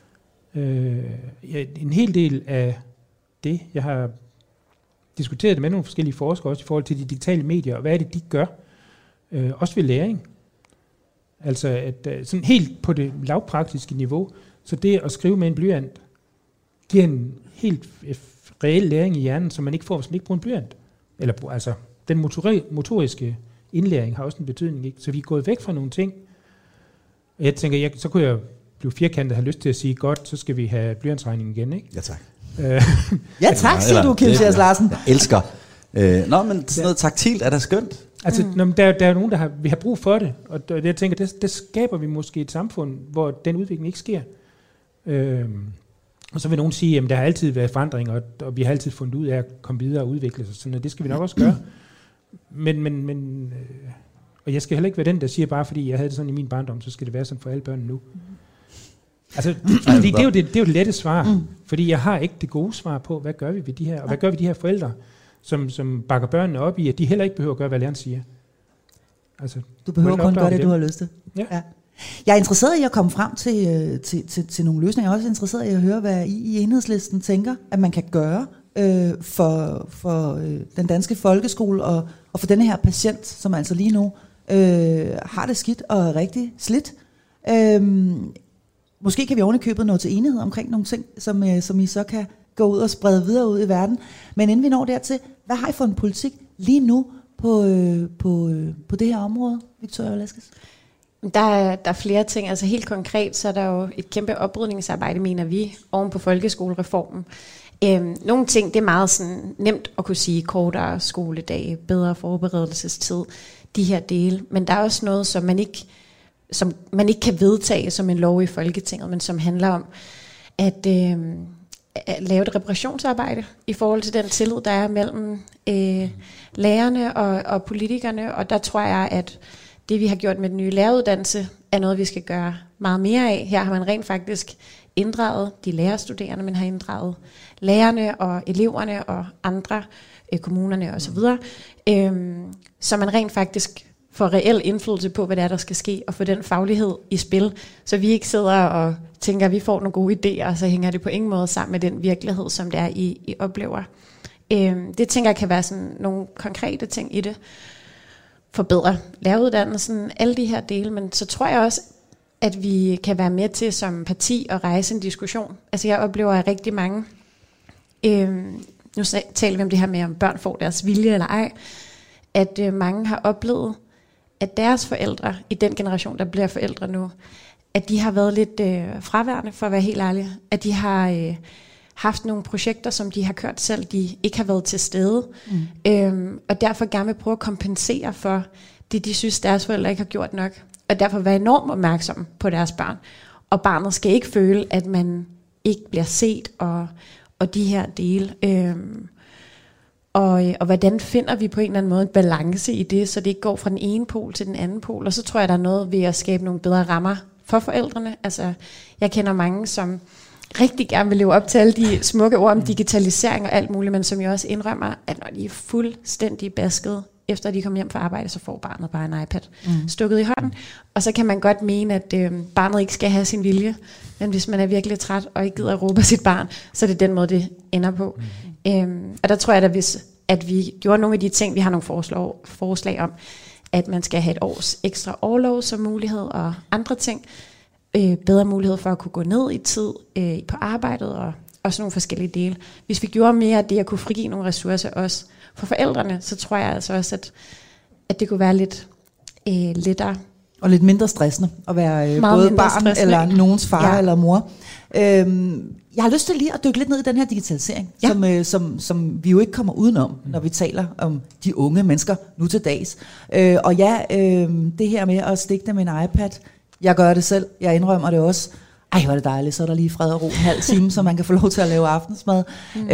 En hel del af det, jeg har diskuteret det med nogle forskellige forskere, også i forhold til de digitale medier, og hvad er det, de gør? Også ved læring. Altså at, sådan helt på det lavpraktiske niveau, så det at skrive med en blyant, giver en helt reel læring i hjernen, som man ikke får, hvis man ikke bruger en blyant. Eller altså, den motoriske indlæring har også en betydning. Ikke? Så vi er gået væk fra nogle ting. Og jeg tænker, så kunne jeg blive firkantet og have lyst til at sige, godt, så skal vi have blyantsregningen igen, ikke? Ja, tak. Ja, tak, siger du, Kim Schiers Larsen. Jeg elsker. Men sådan noget taktilt er da skønt. Altså, der er nogen, der vi har brug for det, og jeg tænker, det skaber vi måske et samfund, hvor den udvikling ikke sker. Og så vil nogen sige, at der har altid været forandringer, og vi har altid fundet ud af at komme videre og udvikle sig, sådan, og det skal vi nok også gøre. Men og jeg skal heller ikke være den, der siger, bare fordi jeg havde det sådan i min barndom, så skal det være sådan for alle børn nu. Altså, fordi det er jo det lette svar, fordi jeg har ikke det gode svar på, hvad gør vi ved de her, og hvad gør vi de her forældre, som bakker børnene op i, at de heller ikke behøver at gøre, hvad læreren siger. Altså, du behøver kun gøre det, du har lyst til. Ja. Jeg er interesseret i at komme frem til nogle løsninger. Jeg er også interesseret i at høre, hvad I Enhedslisten tænker, at man kan gøre for den danske folkeskole og for denne her patient, som altså lige nu har det skidt og er rigtig slidt. Måske kan vi oven i købet nå til enighed omkring nogle ting, som I så kan gå ud og sprede videre ud i verden. Men inden vi når dertil, hvad har I for en politik lige nu på det her område, Victoria Velasquez? Der er flere ting. Altså helt konkret, så er der jo et kæmpe oprydningsarbejde, mener vi, oven på folkeskolereformen. Nogle ting, det er meget sådan nemt at kunne sige, kortere skoledage, bedre forberedelsestid, de her dele. Men der er også noget, som man ikke kan vedtage som en lov i Folketinget, men som handler om at lave et reparationsarbejde i forhold til den tillid, der er mellem lærerne og politikerne. Og der tror jeg, at det vi har gjort med den nye læreruddannelse, er noget, vi skal gøre meget mere af. Her har man rent faktisk inddraget de lærerstuderende, men har inddraget lærerne og eleverne og andre, kommunerne osv., så man rent faktisk får reel indflydelse på, hvad det er, der skal ske, og få den faglighed i spil, så vi ikke sidder og tænker, at vi får nogle gode idéer, og så hænger det på ingen måde sammen med den virkelighed, som det er, I oplever. Det tænker jeg kan være sådan nogle konkrete ting i det. Forbedre læreruddannelsen, alle de her dele, men så tror jeg også, at vi kan være med til som parti at rejse en diskussion. Altså jeg oplever, at rigtig mange, nu taler vi om det her med, om børn får deres vilje eller ej, at mange har oplevet, at deres forældre, i den generation, der bliver forældre nu, at de har været lidt fraværende, for at være helt ærlig. At de har haft nogle projekter, som de har kørt selv, de ikke har været til stede. Og derfor gerne vil prøve at kompensere for det, de synes, deres forældre ikke har gjort nok. Og derfor være enormt opmærksom på deres barn. Og barnet skal ikke føle, at man ikke bliver set, og de her dele. Og hvordan finder vi på en eller anden måde en balance i det, så det ikke går fra den ene pol til den anden pol. Og så tror jeg, der er noget ved at skabe nogle bedre rammer for forældrene. Altså, jeg kender mange, som rigtig gerne vil leve op til alle de smukke ord om digitalisering og alt muligt, men som jo også indrømmer, at når de er fuldstændig basket, efter de kommer hjem fra arbejde, så får barnet bare en iPad stukket i hånden. Og så kan man godt mene, at barnet ikke skal have sin vilje, men hvis man er virkelig træt og ikke gider at råbe af sit barn, så er det den måde, det ender på. Og der tror jeg, at hvis at vi gjorde nogle af de ting, vi har nogle forslag om, at man skal have et års ekstra orlov som mulighed og andre ting, bedre mulighed for at kunne gå ned i tid på arbejdet og sådan nogle forskellige dele. Hvis vi gjorde mere af det at kunne frigive nogle ressourcer også for forældrene, så tror jeg altså også, at det kunne være lidt lettere. Og lidt mindre stressende at være både barn eller nogens far eller mor. Jeg har lyst til lige at dykke lidt ned i den her digitalisering, som vi jo ikke kommer udenom, når vi taler om de unge mennesker nu til dags. Det her med at stikke dem med en iPad, jeg gør det selv, jeg indrømmer det også. Ej, hvor er det dejligt, så er der lige fred og ro en halv time, så man kan få lov til at lave aftensmad.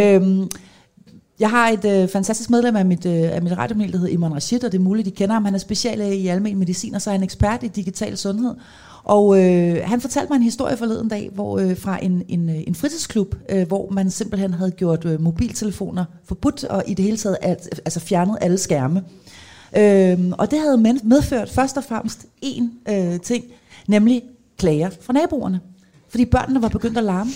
Jeg har et fantastisk medlem af mit radiopanel, der hedder Imran Rashid, og det er muligt, de kender ham. Han er speciallæge i almen medicin, og så er han ekspert i digital sundhed. Og han fortalte mig en historie forleden dag fra en fritidsklub, hvor man simpelthen havde gjort mobiltelefoner forbudt, og i det hele taget fjernet alle skærme. Og det havde medført først og fremmest én ting, nemlig klager fra naboerne. Fordi børnene var begyndt at larme.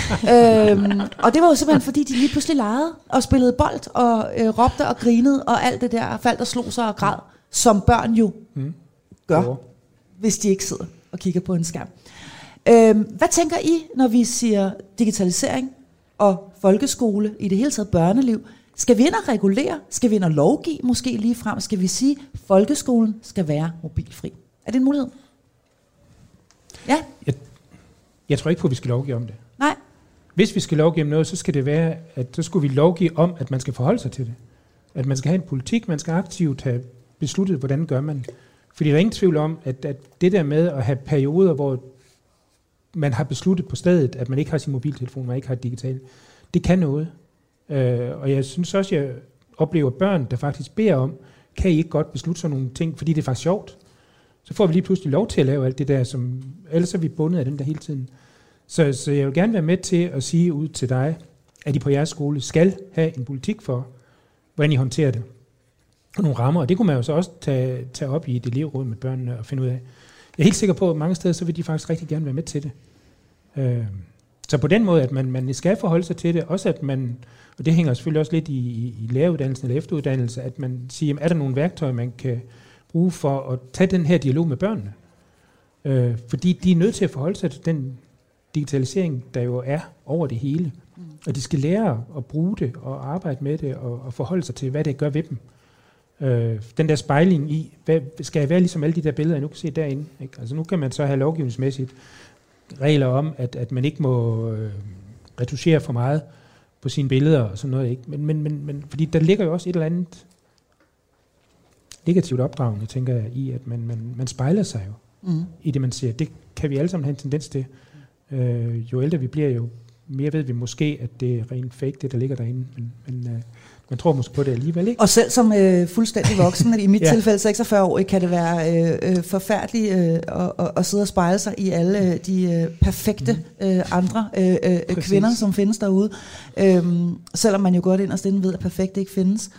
Og det var jo simpelthen, fordi de lige pludselig legede og spillede bold og råbte og grinede, og alt det der faldt og slog sig og græd, som børn jo gør, hvis de ikke sidder og kigger på en skærm. Hvad tænker I, når vi siger digitalisering og folkeskole, i det hele taget børneliv? Skal vi ind og regulere? Skal vi ind og lovgive måske lige frem? Skal vi sige, at folkeskolen skal være mobilfri? Er det en mulighed? Ja? Jeg tror ikke på, at vi skal lovgive om det. Nej. Hvis vi skal lovgive om noget, så skal det være, at så skulle vi lovgive om, at man skal forholde sig til det. At man skal have en politik, man skal aktivt have besluttet, hvordan gør man. Fordi der er ingen tvivl om, at det der med at have perioder, hvor man har besluttet på stedet, at man ikke har sin mobiltelefon, man ikke har digital, det kan noget. Og jeg synes også, jeg oplever børn, der faktisk beder om, kan I ikke godt beslutte sådan nogle ting, fordi det er faktisk sjovt. Så får vi lige pludselig lov til at lave alt det der, som ellers er vi bundet af den der hele tiden. Så jeg vil gerne være med til at sige ud til dig, at I på jeres skole skal have en politik for, hvordan I håndterer det. Og nogle rammer, og det kunne man jo så også tage op i et elevråd med børnene og finde ud af. Jeg er helt sikker på, at mange steder, så vil de faktisk rigtig gerne være med til det. Så på den måde, at man skal forholde sig til det, også at man, og det hænger selvfølgelig også lidt i læreruddannelsen eller efteruddannelse, at man siger, jamen, er der nogle værktøjer, man kan bruge for at tage den her dialog med børnene? Fordi de er nødt til at forholde sig til den digitalisering, der jo er over det hele. Og de skal lære at bruge det og arbejde med det og forholde sig til, hvad det gør ved dem. Den der spejling i, skal jeg være ligesom alle de der billeder, jeg nu kan se derinde? Ikke? Altså nu kan man så have lovgivningsmæssigt regler om, at man ikke må retuschere for meget på sine billeder og sådan noget. Ikke? Men fordi der ligger jo også et eller andet negativt opdragende, tænker jeg, i at man spejler sig jo i det, man ser. Det kan vi alle sammen have en tendens til. Jo ældre vi bliver, jo mere ved vi måske, at det er rent fake, det der ligger derinde. Men man tror måske på det alligevel, ikke? Og selv som fuldstændig voksen, i mit tilfælde 46 år, kan det være forfærdeligt at sidde og spejle sig i alle de perfekte andre kvinder, som findes derude. Selvom man jo godt inderst inden ved, at perfekt ikke findes.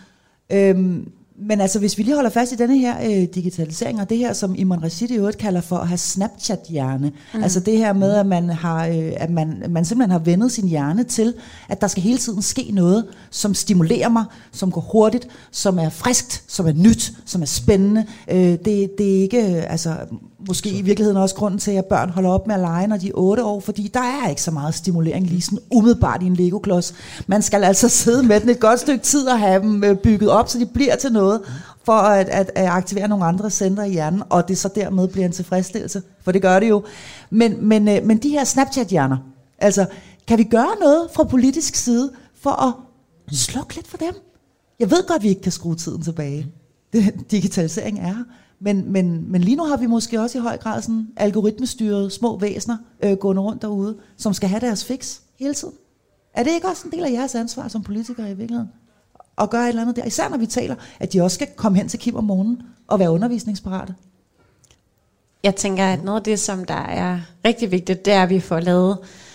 Men altså, hvis vi lige holder fast i denne her digitalisering, og det her, som Imran Rashid i øvrigt kalder for at have Snapchat-hjerne, altså det her med, at man simpelthen har vendet sin hjerne til, at der skal hele tiden ske noget, som stimulerer mig, som går hurtigt, som er friskt, som er nyt, som er spændende. Det er ikke, altså måske i virkeligheden også grunden til, at børn holder op med at lege, når de er 8 år, fordi der er ikke så meget stimulering lige sådan umiddelbart i en Lego-klods. Man skal altså sidde med den et godt stykke tid og have dem bygget op, så de bliver til noget, for at aktivere nogle andre centre i hjernen, og det så dermed bliver en tilfredsstillelse, for det gør det jo. Men de her Snapchat-hjerner, altså, kan vi gøre noget fra politisk side for at slukke lidt for dem? Jeg ved godt, at vi ikke kan skrue tiden tilbage. Digitalisering er her. Men lige nu har vi måske også i høj grad sådan algoritmestyrede små væsener gående rundt derude, som skal have deres fix hele tiden. Er det ikke også en del af jeres ansvar som politikere i virkeligheden? og gøre et eller andet der. Især når vi taler, at de også skal komme hen til Kim om morgenen og være undervisningsparate. Jeg tænker, at noget af det, som der er rigtig vigtigt, det er, at vi får lavet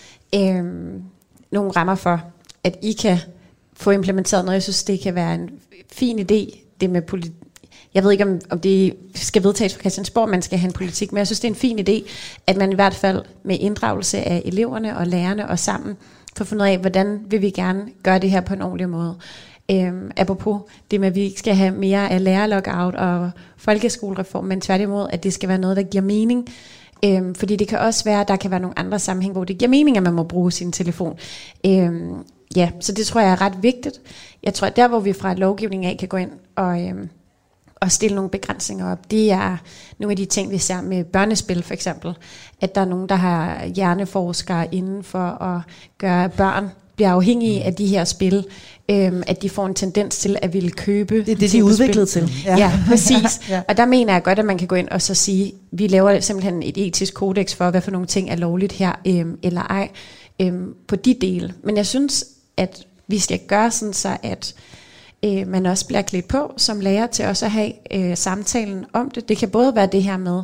nogle rammer for, at I kan få implementeret noget. Jeg synes, det kan være en fin idé, det med jeg ved ikke, om det skal vedtages for Christiansborg, man skal have en politik, men jeg synes, det er en fin idé, at man i hvert fald med inddragelse af eleverne og lærerne og sammen får fundet ud af, hvordan vil vi gerne gøre det her på en ordentlig måde. Apropos det med, at vi ikke skal have mere af lærerlockout og folkeskolereform, men tværtimod, at det skal være noget, der giver mening. Fordi det kan også være, at der kan være nogle andre sammenhæng, hvor det giver mening, at man må bruge sin telefon. Ja, så det tror jeg er ret vigtigt. Jeg tror, at der, hvor vi fra lovgivningen af kan gå ind og stille nogle begrænsninger op, det er nogle af de ting, vi ser med børnespil for eksempel. At der er nogen, der har hjerneforskere inden for at gøre, at børn bliver afhængige af de her spil, at de får en tendens til at ville købe. Det er det, de er udviklet til. Ja, præcis. Ja. Og der mener jeg godt, at man kan gå ind og så sige, vi laver simpelthen et etisk kodex for, hvad for nogle ting er lovligt her, eller ej, på de dele. Men jeg synes, at vi skal gøre sådan så, at man også bliver klædt på som lærer til også at have samtalen om det. Det kan både være det her med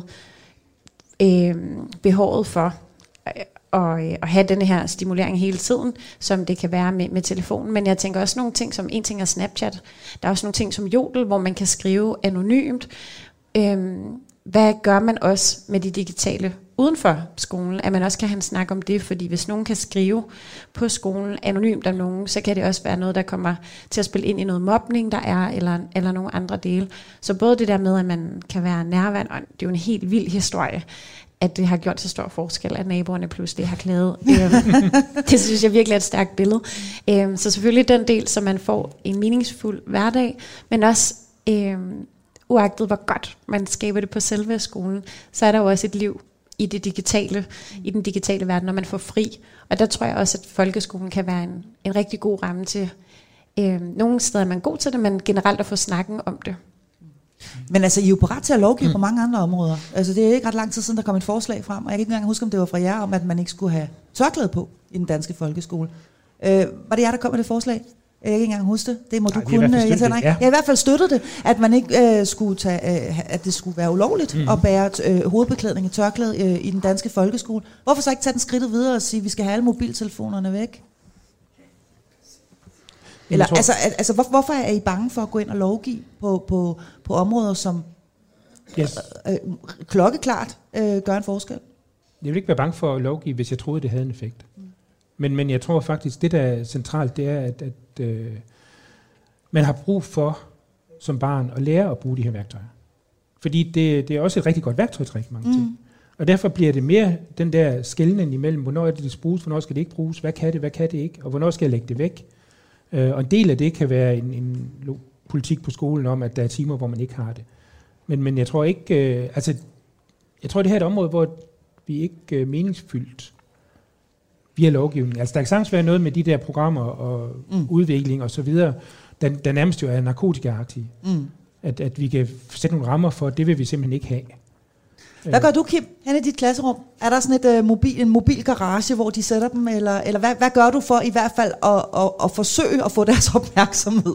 behovet for at have den her stimulering hele tiden, som det kan være med telefonen. Men jeg tænker også nogle ting, som en ting er Snapchat. Der er også nogle ting som Jodel, hvor man kan skrive anonymt. Hvad gør man også med de digitale uden for skolen? At man også kan have en snak om det, fordi hvis nogen kan skrive på skolen anonymt om nogen, så kan det også være noget, der kommer til at spille ind i noget mobning, der er, eller nogle andre dele. Så både det der med, at man kan være nærværende, og det er jo en helt vild historie, at det har gjort så stor forskel, at naboerne pludselig har klaget. Det synes jeg virkelig er et stærkt billede. Så selvfølgelig den del, så man får en meningsfuld hverdag, men også uagtet hvor godt man skaber det på selve skolen, så er der jo også et liv i det digitale, i den digitale verden, når man får fri. Og der tror jeg også, at folkeskolen kan være en rigtig god ramme til. Nogle steder er man god til det, men generelt at få snakken om det. Men altså, I er jo parat til at lovgive på mange andre områder. Altså, det er ikke ret lang tid siden, der kom et forslag frem, og jeg kan ikke engang huske, om det var fra jer, om at man ikke skulle have tørklæde på i den danske folkeskole. Var det jer, der kom med det forslag? Jeg kan ikke engang huske det. Det må du kunne. Jeg har i hvert fald støttet det, at man ikke skulle tage, at det skulle være ulovligt at bære hovedbeklædning i tørklæde i den danske folkeskole. Hvorfor så ikke tage den skridtet videre og sige, at vi skal have alle mobiltelefonerne væk? Eller, hvorfor er I bange for at gå ind og lovgive på områder, som klokkeklart gør en forskel? Jeg vil ikke være bange for at lovgive, hvis jeg troede, det havde en effekt. Men jeg tror faktisk, det der er centralt, det er, at man har brug for som barn at lære at bruge de her værktøjer. Fordi det er også et rigtig godt værktøjstræk, mange ting. Og derfor bliver det mere den der skelnen imellem, hvornår er det skal bruges, hvornår skal det ikke bruges, hvad kan det ikke, og hvornår skal jeg lægge det væk. Og en del af det kan være en politik på skolen om, at der er timer, hvor man ikke har det. Men jeg tror ikke, jeg tror, det her er et område, hvor vi ikke meningsfyldt via lovgivning. Altså der kan sagtens være noget med de der programmer og udvikling og så videre, der nærmest jo er narkotikaagtige. At vi kan sætte nogle rammer for, det vil vi simpelthen ikke have. Hvad gør du, Kim, hen i dit klasserum? Er der sådan en mobil garage, hvor de sætter dem, eller hvad gør du for i hvert fald at forsøge at få deres opmærksomhed?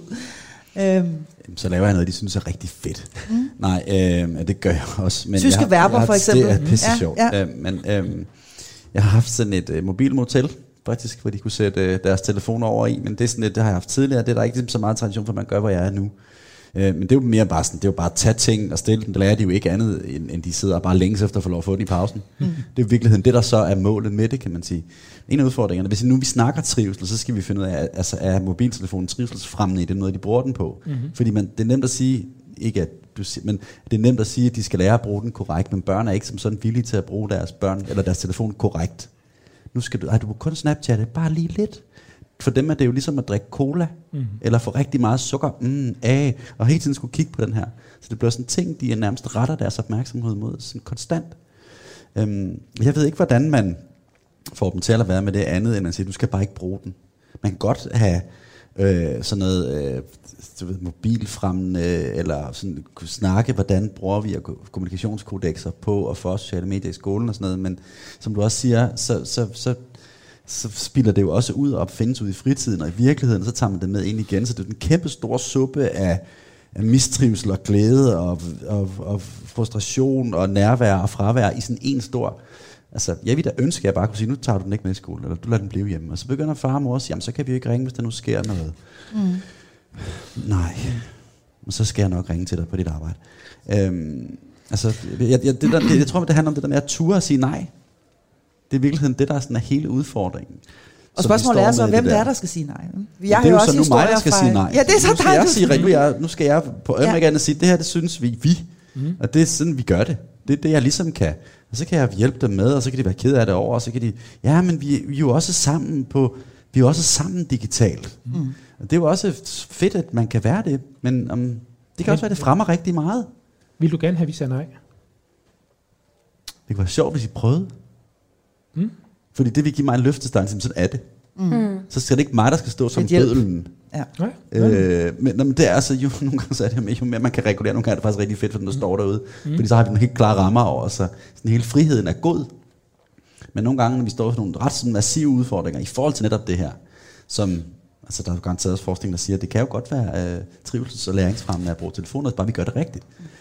Så laver jeg noget, de synes er rigtig fedt. Nej, det gør jeg også. Men tyske verber for eksempel. Det er pisse sjovt. Men jeg har haft sådan et mobilmotel, faktisk, hvor de kunne sætte deres telefoner over i, men det er sådan et, det har jeg haft tidligere, det er der ikke så meget tradition for, man gør, hvor jeg er nu. Men det er jo mere bare sådan, det er jo bare at tage ting og stille dem. Det lærer de jo ikke andet, end de sidder og bare længes efter at få lov at få den i pausen. Det er i virkeligheden det, der så er målet med det, kan man sige. En af udfordringerne, hvis nu vi snakker trivsel, så skal vi finde ud af, altså er mobiltelefonen trivselsfremmende i den måde, de bruger den på. Fordi det er nemt at sige, ikke at du siger, men det er nemt at sige, at de skal lære at bruge den korrekt, men børn er ikke som sådan villige til at bruge deres børn eller deres telefon korrekt. Nu skal du må kun Snapchatte, bare lige lidt. For dem er det jo ligesom at drikke cola, eller få rigtig meget sukker, og hele tiden skulle kigge på den her. Så det bliver sådan ting, de nærmest retter deres opmærksomhed mod, sådan konstant. Jeg ved ikke, hvordan man får dem til at være med det andet, end at sige, du skal bare ikke bruge den. Man kan godt have sådan noget mobilfremmende, eller sådan kunne snakke, hvordan bruger vi kommunikationskodexer på og for sociale medier i skolen og sådan noget, men som du også siger, så så spilder det jo også ud og findes ud i fritiden, og i virkeligheden, så tager man det med ind igen. Så det er den kæmpe store suppe af mistrivsel og glæde og frustration og nærvær og fravær i sådan en stor... Altså, jeg vil da ønske, at jeg bare kunne sige, nu tager du den ikke med i skole, eller du lader den blive hjemme. Og så begynder far og mor at sige, jamen så kan vi jo ikke ringe, hvis der nu sker noget. Nej, men så skal jeg nok ringe til dig på dit arbejde. Altså, jeg tror, det handler om det der med at ture og sige nej. Det er i virkeligheden det, der er sådan er hele udfordringen. Og spørgsmålet er så, hvem det er, der skal sige nej. Det er jo så nu mig, der skal sige nej. Ja, det er så dig, nu skal jeg på øjeblikket sige, det her, det synes vi. Og det er sådan, vi gør det. Det er det, jeg ligesom kan. Og så kan jeg hjælpe dem med, og så kan de være ked af det over, og så kan de, ja, men vi er jo også sammen vi er også sammen digitalt. Og det er jo også fedt, at man kan være det, men det kan også være, det fremmer rigtig meget. Vil du gerne have, at vi siger nej? Det kunne være sjovt, hvis I prøvede. Fordi det vil give mig en løftestang, sådan er det. Så skal det ikke mig, der skal stå som bødlen. Ja. Men det er altså jo nogle gange så er det jo mere man kan regulere, nogle gange er det faktisk rigtig fedt, for den der står derude. Fordi så har vi nogle helt klare rammer over, så sådan hele friheden er god. Men nogle gange, når vi står for nogle ret sådan massive udfordringer i forhold til netop det her, som, altså der er jo garanteret også forskning, der siger, at det kan jo godt være trivsels- og læringsfremmende at bruge telefoner, bare vi gør det rigtigt.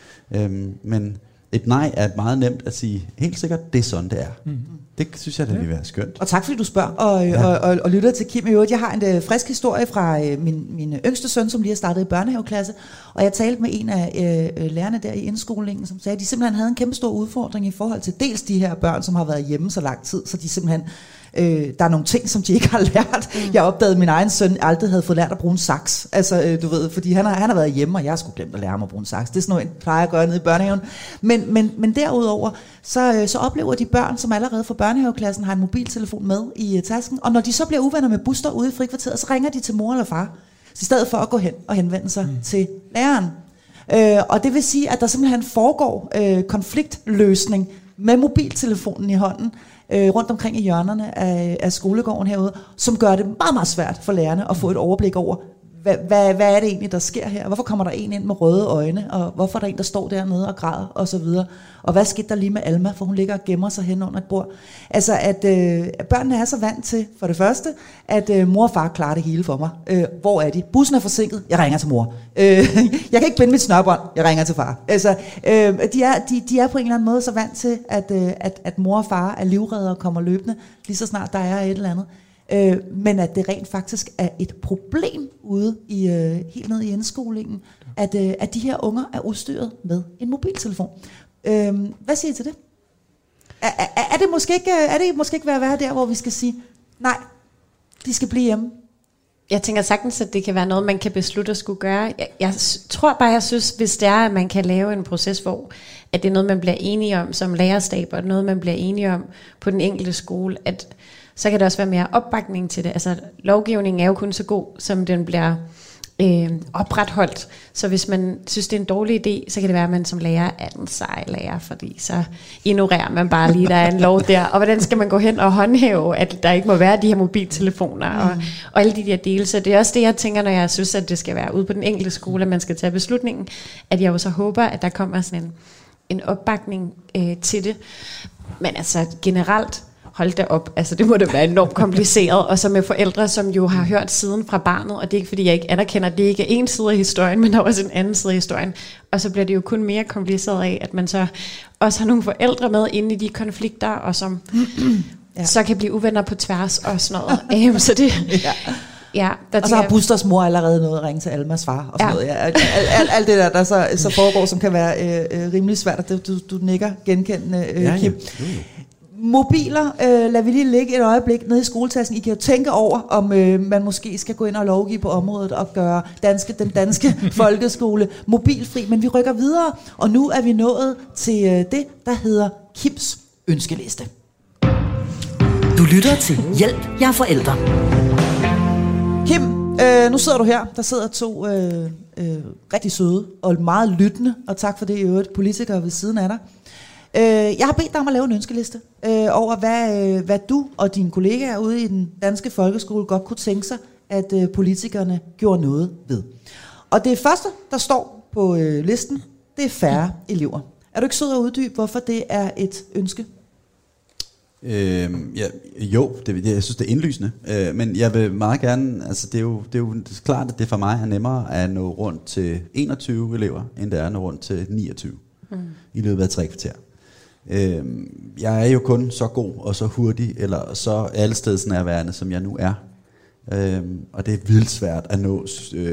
Men et nej er meget nemt at sige, helt sikkert, det er sådan, det er. Det synes jeg, det vil være skønt. Og tak fordi du spørger, og lytter til Kim i øvrigt. Jeg har en frisk historie fra min yngste søn, som lige har startet i børnehaveklasse, og jeg talte med en af lærerne der i indskolingen, som sagde, at de simpelthen havde en kæmpe stor udfordring i forhold til dels de her børn, som har været hjemme så lang tid, så de simpelthen der er nogle ting, som de ikke har lært. Jeg opdagede, at min egen søn aldrig havde fået lært at bruge en saks. Altså, du ved, fordi han har været hjemme, og jeg skulle glemt at lære ham at bruge en saks. Det er sådan noget, jeg plejer at gøre nede i børnehaven. Men derudover, så oplever de børn, som allerede fra børnehaveklassen har en mobiltelefon med i tasken, og når de så bliver uvenner med Buster ude i frikvarteret, så ringer de til mor eller far, i stedet for at gå hen og henvende sig til læreren. Og det vil sige, at der simpelthen foregår konfliktløsning med mobiltelefonen i hånden, rundt omkring i hjørnerne af skolegården herude, som gør det meget, meget svært for lærerne at få et overblik over, hvad er det egentlig, der sker her? Hvorfor kommer der en ind med røde øjne? Og hvorfor er der en, der står dernede og græder? Og så videre. Og hvad skete der lige med Alma? For hun ligger og gemmer sig hen under et bord. Altså, at børnene er så vant til, for det første, at mor og far klarer det hele for mig. Hvor er de? Bussen er forsinket. Jeg ringer til mor. Jeg kan ikke binde mit snørbånd. Jeg ringer til far. Altså, de er på en eller anden måde så vant til, at mor og far er livredder og kommer løbende, lige så snart der er et eller andet. Men at det rent faktisk er et problem ude i helt ned i indskolingen, at de her unger er udstyret med en mobiltelefon. Hvad siger I til det? Er det måske ikke ved at være der, hvor vi skal sige, nej, de skal blive hjemme? Jeg tænker sagtens, at det kan være noget, man kan beslutte at skulle gøre. Jeg tror bare, jeg synes, hvis det er, at man kan lave en proces, hvor at det er noget, man bliver enige om som lærerstab, og noget, man bliver enige om på den enkelte skole, at så kan der også være mere opbakning til det. Altså, lovgivningen er jo kun så god, som den bliver opretholdt. Så hvis man synes, det er en dårlig idé, så kan det være, at man som lærer er den seje lærer, fordi så ignorerer man bare lige, der er en lov der. Og hvordan skal man gå hen og håndhæve, at der ikke må være de her mobiltelefoner og alle de der dele. Så det er også det, jeg tænker, når jeg synes, at det skal være ude på den enkelte skole, at man skal tage beslutningen, at jeg jo så håber, at der kommer sådan en opbakning til det. Men altså generelt, hold da op, altså det må da være enormt kompliceret, og så med forældre, som jo har hørt siden fra barnet, og det er ikke fordi, jeg ikke anerkender, at det ikke er en side af historien, men der er også en anden side af historien, og så bliver det jo kun mere kompliceret af, at man så også har nogle forældre med inde i de konflikter, og som så kan blive uvenner på tværs og sådan noget. Så det... Ja, og så har Busters mor allerede noget at ringe til Almas far og sådan noget. Alt det der så foregår, som kan være rimelig svært, og du nikker genkendende, Kim. Mobiler, lad vi lige ligge et øjeblik nede i skoletasken. I kan jo tænke over, om man måske skal gå ind og lovgive på området og gøre den danske folkeskole mobilfri. Men vi rykker videre, og nu er vi nået til det, der hedder Kims ønskeliste. Du lytter til Hjælp, jeg er forældre. Kim, nu sidder du her. Der sidder to rigtig søde og meget lyttende, og tak for det i øvrigt, politikere ved siden af dig. Jeg har bedt dig om at lave en ønskeliste over, hvad du og dine kollegaer ude i den danske folkeskole godt kunne tænke sig, at politikerne gjorde noget ved. Og det første, der står på listen, det er færre elever. Er du ikke sød at uddybe, hvorfor det er et ønske? Jeg synes, det er indlysende. Men jeg vil meget gerne, altså det er jo klart, at det for mig er nemmere at nå rundt til 21 elever, end det er at nå rundt til 29 i løbet af 3 kvarter. Jeg er jo kun så god og så hurtig, eller så allestedsnærværende, som jeg nu er. Og det er vildt svært at nå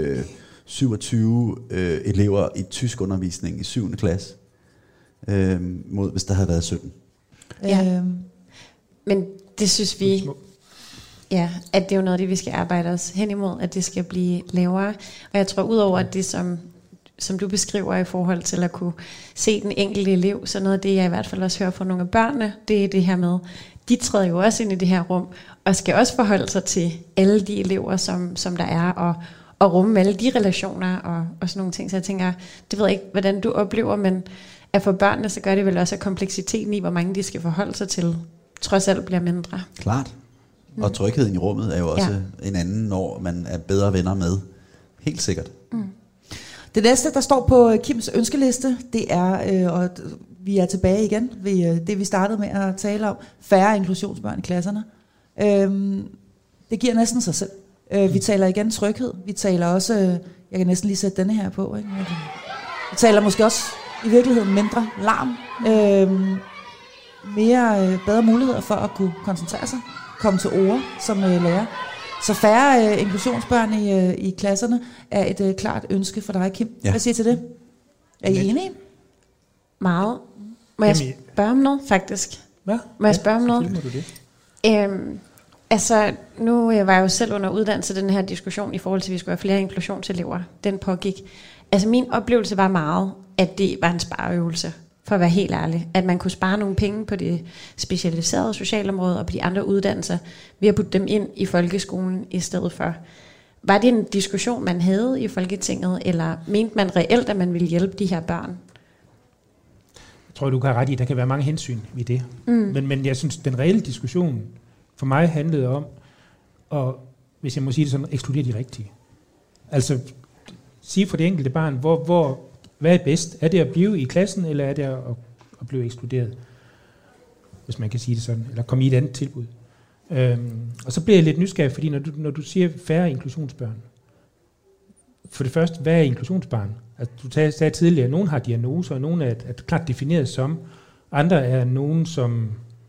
27 elever i tysk undervisning i 7. klasse, mod hvis der havde været 17. Ja. Men det synes vi, at det er jo noget af det, vi skal arbejde os hen imod, at det skal blive lavere. Og jeg tror, udover at det, som du beskriver i forhold til at kunne se den enkelte elev, så noget af det, jeg i hvert fald også hører fra nogle af børnene, det er det her med, de træder jo også ind i det her rum, og skal også forholde sig til alle de elever, som der er, og rumme alle de relationer og sådan nogle ting. Så jeg tænker, det ved jeg ikke, hvordan du oplever, men at for børnene, så gør det vel også, at kompleksiteten i, hvor mange de skal forholde sig til, trods alt bliver mindre. Klart. Og trygheden i rummet er jo også en anden, når man er bedre venner med. Helt sikkert. Det næste, der står på Kims ønskeliste, det er, og vi er tilbage igen ved det, vi startede med at tale om, færre inklusionsbørn i klasserne. Det giver næsten sig selv. Vi taler igen tryghed. Vi taler også, jeg kan næsten lige sætte denne her på, ikke? Vi taler måske også i virkeligheden mindre larm. Bedre muligheder for at kunne koncentrere sig, komme til ord som lærer. Så færre inklusionsbørn i klasserne er et klart ønske for dig, Kim. Hvad siger til det? Er I enige? Meget. Må jeg spørge om noget, faktisk? Hvad? Må jeg spørge om noget? Må du det? Altså, nu var jeg jo selv under uddannelse den her diskussion i forhold til, at vi skulle have flere inklusionselever. Den pågik. Altså, min oplevelse var meget, at det var en spareøvelse, for at være helt ærlig. At man kunne spare nogle penge på det specialiserede socialområde og på de andre uddannelser, ved at putte dem ind i folkeskolen i stedet for. Var det en diskussion, man havde i Folketinget, eller mente man reelt, at man ville hjælpe de her børn? Jeg tror, du kan have ret i, der kan være mange hensyn i det. Men jeg synes, den reelle diskussion for mig handlede om, og hvis jeg må sige det sådan, ekskludere de rigtige. Altså, sige for det enkelte barn, hvad er bedst? Er det at blive i klassen, eller er det at blive ekskluderet? Hvis man kan sige det sådan, eller komme i et andet tilbud. Og så bliver jeg lidt nysgerrig, fordi når du siger færre inklusionsbørn, for det første, hvad er inklusionsbarn? Altså, du sagde tidligere, at nogen har diagnoser, og nogle er klart defineret som, andre er nogen, som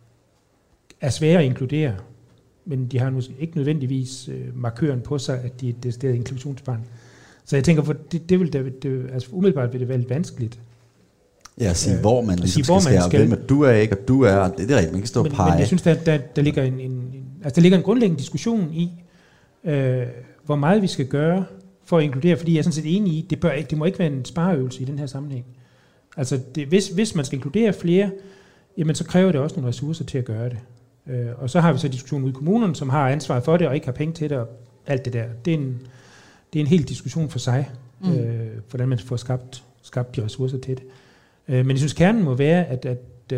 er svære at inkludere, men de har måske ikke nødvendigvis markøren på sig, at de er et decideret inklusionsbarn. Så jeg tænker, for altså umiddelbart vil det være lidt vanskeligt. Ja, at sige, hvor man ligesom skal skære, hvem du er ikke, og du er, det er rigtigt, man kan stå og pege. Men jeg synes, der ligger der ligger en grundlæggende diskussion i, hvor meget vi skal gøre for at inkludere, fordi jeg er sådan set enig i, det må ikke være en spareøvelse i den her sammenhæng. Altså, hvis man skal inkludere flere, jamen så kræver det også nogle ressourcer til at gøre det. Og så har vi så diskussionen ude i kommunerne, som har ansvaret for det, og ikke har penge til det, og alt det der. Det er en hel diskussion for sig, hvordan man får skabt de ressourcer til det. Men jeg synes, kernen må være, at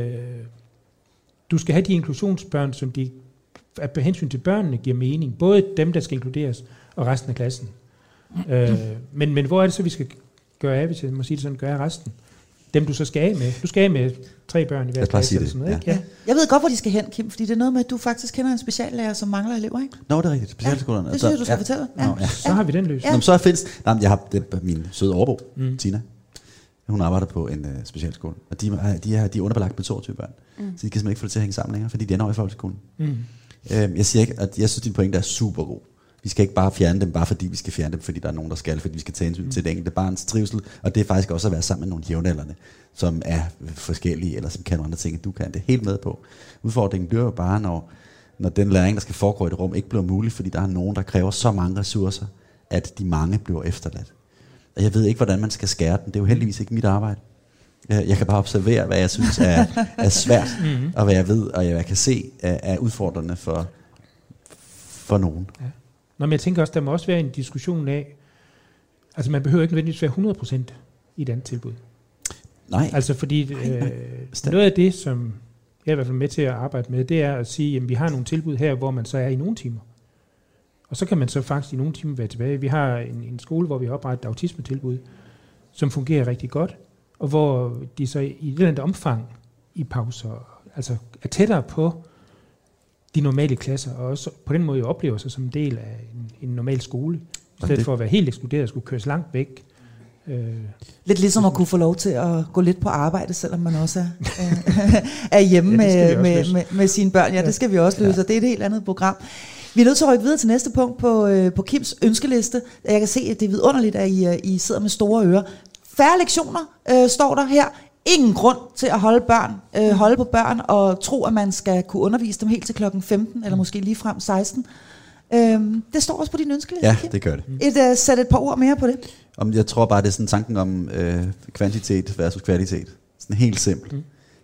du skal have de inklusionsbørn, som at på hensyn til børnene giver mening. Både dem, der skal inkluderes, og resten af klassen. Men hvor er det så, vi skal gøre af, hvis jeg må sige det sådan, gøre af resten? Dem, du så skal af med. Du skal af med 3 børn i hver klasse. Eller sådan noget, ikke? Ja. Jeg ved godt, hvor de skal hen, Kim, fordi det er noget med, at du faktisk kender en speciallærer, som mangler elever, ikke? Nå, det er rigtigt. Specialskolerne. Det synes jeg, du skal fortælle. Så har vi den løsning. Nå, så findes... jeg har min søde overbo, Tina. Hun arbejder på en specialskole, og de er underbelagt med 22 børn. Så de kan simpelthen ikke få det til at hænge sammen længere, fordi de ender over i folkeskolen. Jeg siger ikke, at jeg synes, din pointe er super god. Vi skal ikke bare fjerne dem, bare fordi vi skal fjerne dem, fordi der er nogen, der skal, fordi vi skal tage hensyn til det enkelte barns trivsel, og det er faktisk også at være sammen med nogle jævnaldrende, som er forskellige, eller som kan andre ting, end du kan. Det er helt med på. Udfordringen bliver jo bare, når den læring, der skal foregå i et rum, ikke bliver mulig, fordi der er nogen, der kræver så mange ressourcer, at de mange bliver efterladt. Og jeg ved ikke, hvordan man skal skære den. Det er jo heldigvis ikke mit arbejde. Jeg kan bare observere, hvad jeg synes er svært, og hvad jeg ved, og hvad jeg kan se er udfordrende for nogen. Ja. Nå, men jeg tænker også, der må også være en diskussion af, altså man behøver ikke nødvendigvis være 100% i et andet tilbud. Nej. Altså fordi noget af det, som jeg er i hvert fald med til at arbejde med, det er at sige, at vi har nogle tilbud her, hvor man så er i nogle timer. Og så kan man så faktisk i nogle timer være tilbage. Vi har en skole, hvor vi har oprettet et autismetilbud, som fungerer rigtig godt, og hvor de så i et eller andet omfang i pauser, altså er tættere på de normale klasser, og også på den måde oplever sig som en del af en normal skole, i stedet for at være helt ekskluderet og skulle køres langt væk. Lidt ligesom at kunne få lov til at gå lidt på arbejde, selvom man også er hjemme med sine børn. Ja, det skal vi også løse, og det er et helt andet program. Vi er nødt til at rykke videre til næste punkt på Kims ønskeliste. Jeg kan se, at det er vidunderligt, at I sidder med store ører. Færre lektioner står der her. Ingen grund til at holde på børn og tro, at man skal kunne undervise dem helt til klokken 15, eller måske lige frem 16. Det står også på din ønskeliste. Ja, det gør det. Sæt et par ord mere på det. Jeg tror bare, det er sådan tanken om kvantitet versus kvalitet. Sådan helt simpelt.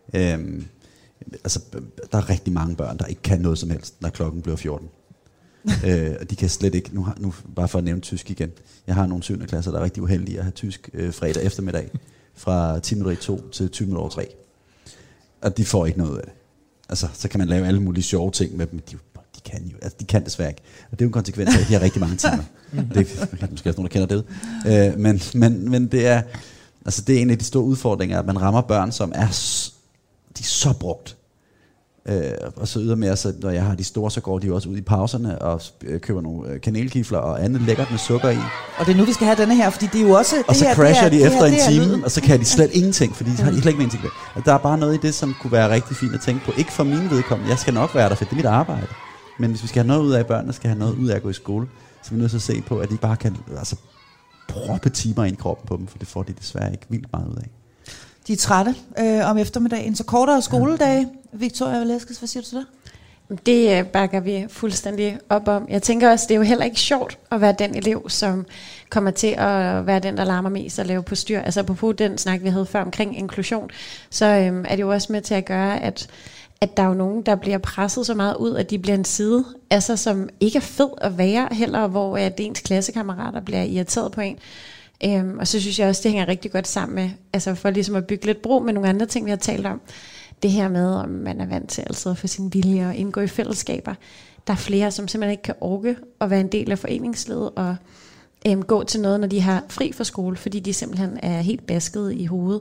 Altså, der er rigtig mange børn, der ikke kan noget som helst, når klokken bliver 14. Og de kan slet ikke, nu bare for at nævne tysk igen. Jeg har nogle 7. klasser, der er rigtig uheldige at have tysk fredag eftermiddag, fra 10 minutter i 2 til 20 minutter over 3. Og de får ikke noget af det. Altså, så kan man lave alle mulige sjove ting med dem. De kan desværre ikke. Og det er jo en konsekvens af, at de har rigtig mange timer. Det er måske også nogen, der kender det. Men det er, altså det er en af de store udfordringer, at man rammer børn, som er så brugt. Og så ydermere, så når jeg har de store, så går de også ud i pauserne og køber nogle kanelgifler og andet lækkert med sukker i. Og det er nu, vi skal have denne her, fordi det er jo også... Og så crasher de efter en time, og så kan de slet ingenting, fordi de har slet ikke med ingenting. Der er bare noget i det, som kunne være rigtig fint at tænke på. Ikke for min vedkommende, jeg skal nok være der, for det er mit arbejde. Men hvis vi skal have noget ud af børnene, skal have noget ud af at gå i skole, så er vi nødt til at se på, at de bare kan proppe timer ind i kroppen på dem, for det får de desværre ikke vildt meget ud af. De er trætte om eftermiddagen, så kortere skoledage. Victoria Velasquez, hvad siger du til det? Det bakker vi fuldstændig op om. Jeg tænker også, det er jo heller ikke sjovt at være den elev, som kommer til at være den, der larmer mest og lave på styr. Altså på den snak, vi havde før omkring inklusion, så er det jo også med til at gøre, at der er jo nogen, der bliver presset så meget ud, at de bliver en side, altså som ikke er fed at være heller, hvor at ens klassekammerater bliver irriteret på en. Og så synes jeg også, det hænger rigtig godt sammen med, altså for ligesom at bygge lidt bro med nogle andre ting, vi har talt om. Det her med, om man er vant til altid for sin vilje og indgå i fællesskaber. Der er flere, som simpelthen ikke kan orke at være en del af foreningslivet og gå til noget, når de har fri fra skole, fordi de simpelthen er helt basket i hovedet.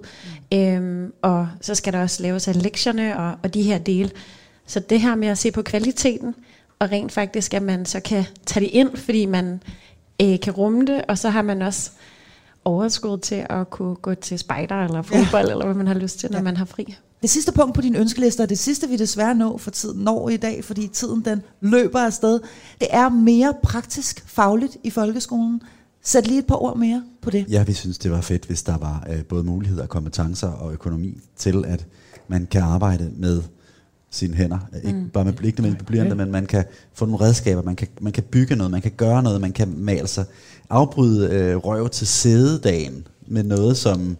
Og så skal der også laves af lektierne og de her dele. Så det her med at se på kvaliteten, og rent faktisk, at man så kan tage det ind, fordi man kan rumme det, og så har man også overskud til at kunne gå til spejder eller fodbold, eller hvad man har lyst til, når man har fri. Det sidste punkt på din ønskeliste, og det sidste vi desværre når i dag, fordi tiden den løber afsted, det er mere praktisk fagligt i folkeskolen. Sæt lige et par ord mere på det. Ja, vi synes, det var fedt, hvis der var både muligheder, kompetencer og økonomi til, at man kan arbejde med sine hænder. Ikke bare med blikket med blyanter, men man kan få nogle redskaber, man kan bygge noget, man kan gøre noget, man kan male sig, afbryde røv til sædedagen med noget,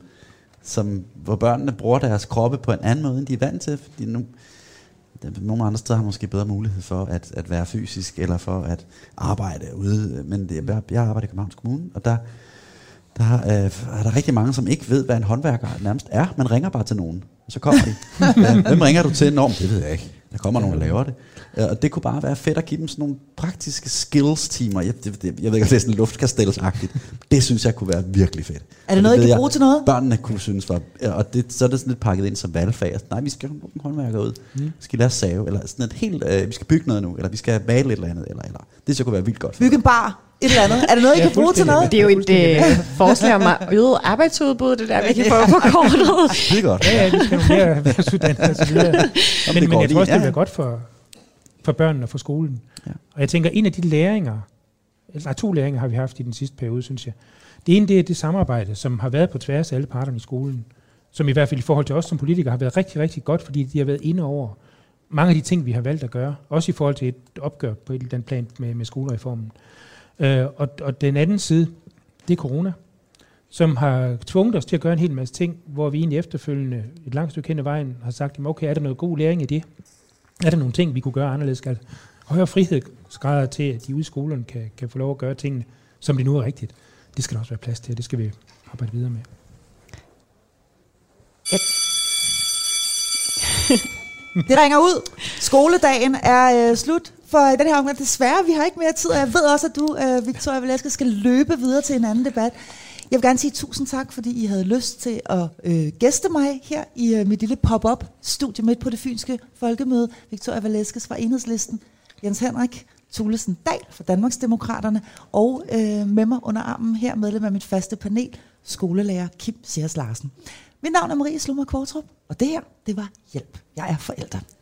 hvor børnene bruger deres kroppe på en anden måde, end de er vant til. Fordi nogle andre steder har måske bedre mulighed for at være fysisk, eller for at arbejde ude. Men jeg arbejder i Københavns Kommune, og der er der rigtig mange, som ikke ved, hvad en håndværker nærmest er. Man ringer bare til nogen, og så kommer de. Hvem ringer du til? Det ved jeg ikke. Der kommer nogen, der laver det. Og det kunne bare være fedt at give dem sådan nogle praktiske skills-timer. Jeg ved ikke, om det er sådan luftkastellsagtigt. Det synes jeg kunne være virkelig fedt. Er det noget, I kan bruge til noget? Børnene kunne synes var... Og så er det sådan lidt pakket ind som valgfag. Nej, vi skal have nogle håndværkere ud. Vi skal lære save, eller sådan et helt... vi skal bygge noget nu, eller vi skal male et eller andet. Eller. Det så kunne være vildt godt. Bygge en bar. Et eller andet. Er det noget, I kan bruge til noget? Det er jo et forslag om at øge arbejdsudbud, det der, vi kan få forkortet. Det er godt. Ja, vi skal have mere erhvervsuddannelse og så videre. Men jeg tror også, det vil være godt for børnene og for skolen. Ja. Og jeg tænker, en af de læringer, eller 2 læringer har vi haft i den sidste periode, synes jeg. Det ene, det er det samarbejde, som har været på tværs af alle parterne i skolen, som i hvert fald i forhold til os som politikere har været rigtig, rigtig godt, fordi de har været inde over mange af de ting, vi har valgt at gøre, også i forhold til et opgør på den plan med skolereformen. Og den anden side, det er corona, som har tvunget os til at gøre en hel masse ting, hvor vi egentlig efterfølgende et langt stykke hen ad vejen har sagt, okay, er der noget god læring i det? Er der nogle ting, vi kunne gøre anderledes? Skal højere frihedsgrader til, at de ude i skolerne kan få lov at gøre tingene, som det nu er rigtigt? Det skal der også være plads til, og det skal vi arbejde videre med. Det ringer ud. Skoledagen er slut for den her omgang. Desværre, vi har ikke mere tid, og jeg ved også, at du, Victoria Velasquez, skal løbe videre til en anden debat. Jeg vil gerne sige tusind tak, fordi I havde lyst til at gæste mig her i mit lille pop-up studie midt på det fynske folkemøde. Victoria Velasquez fra Enhedslisten, Jens Henrik Thulesen Dahl fra Danmarksdemokraterne, og med mig under armen her medlem af mit faste panel, skolelærer Kim Sears Larsen. Mit navn er Marie Sloma Kvartrup, og det her, det var Hjælp. Jeg er forælder.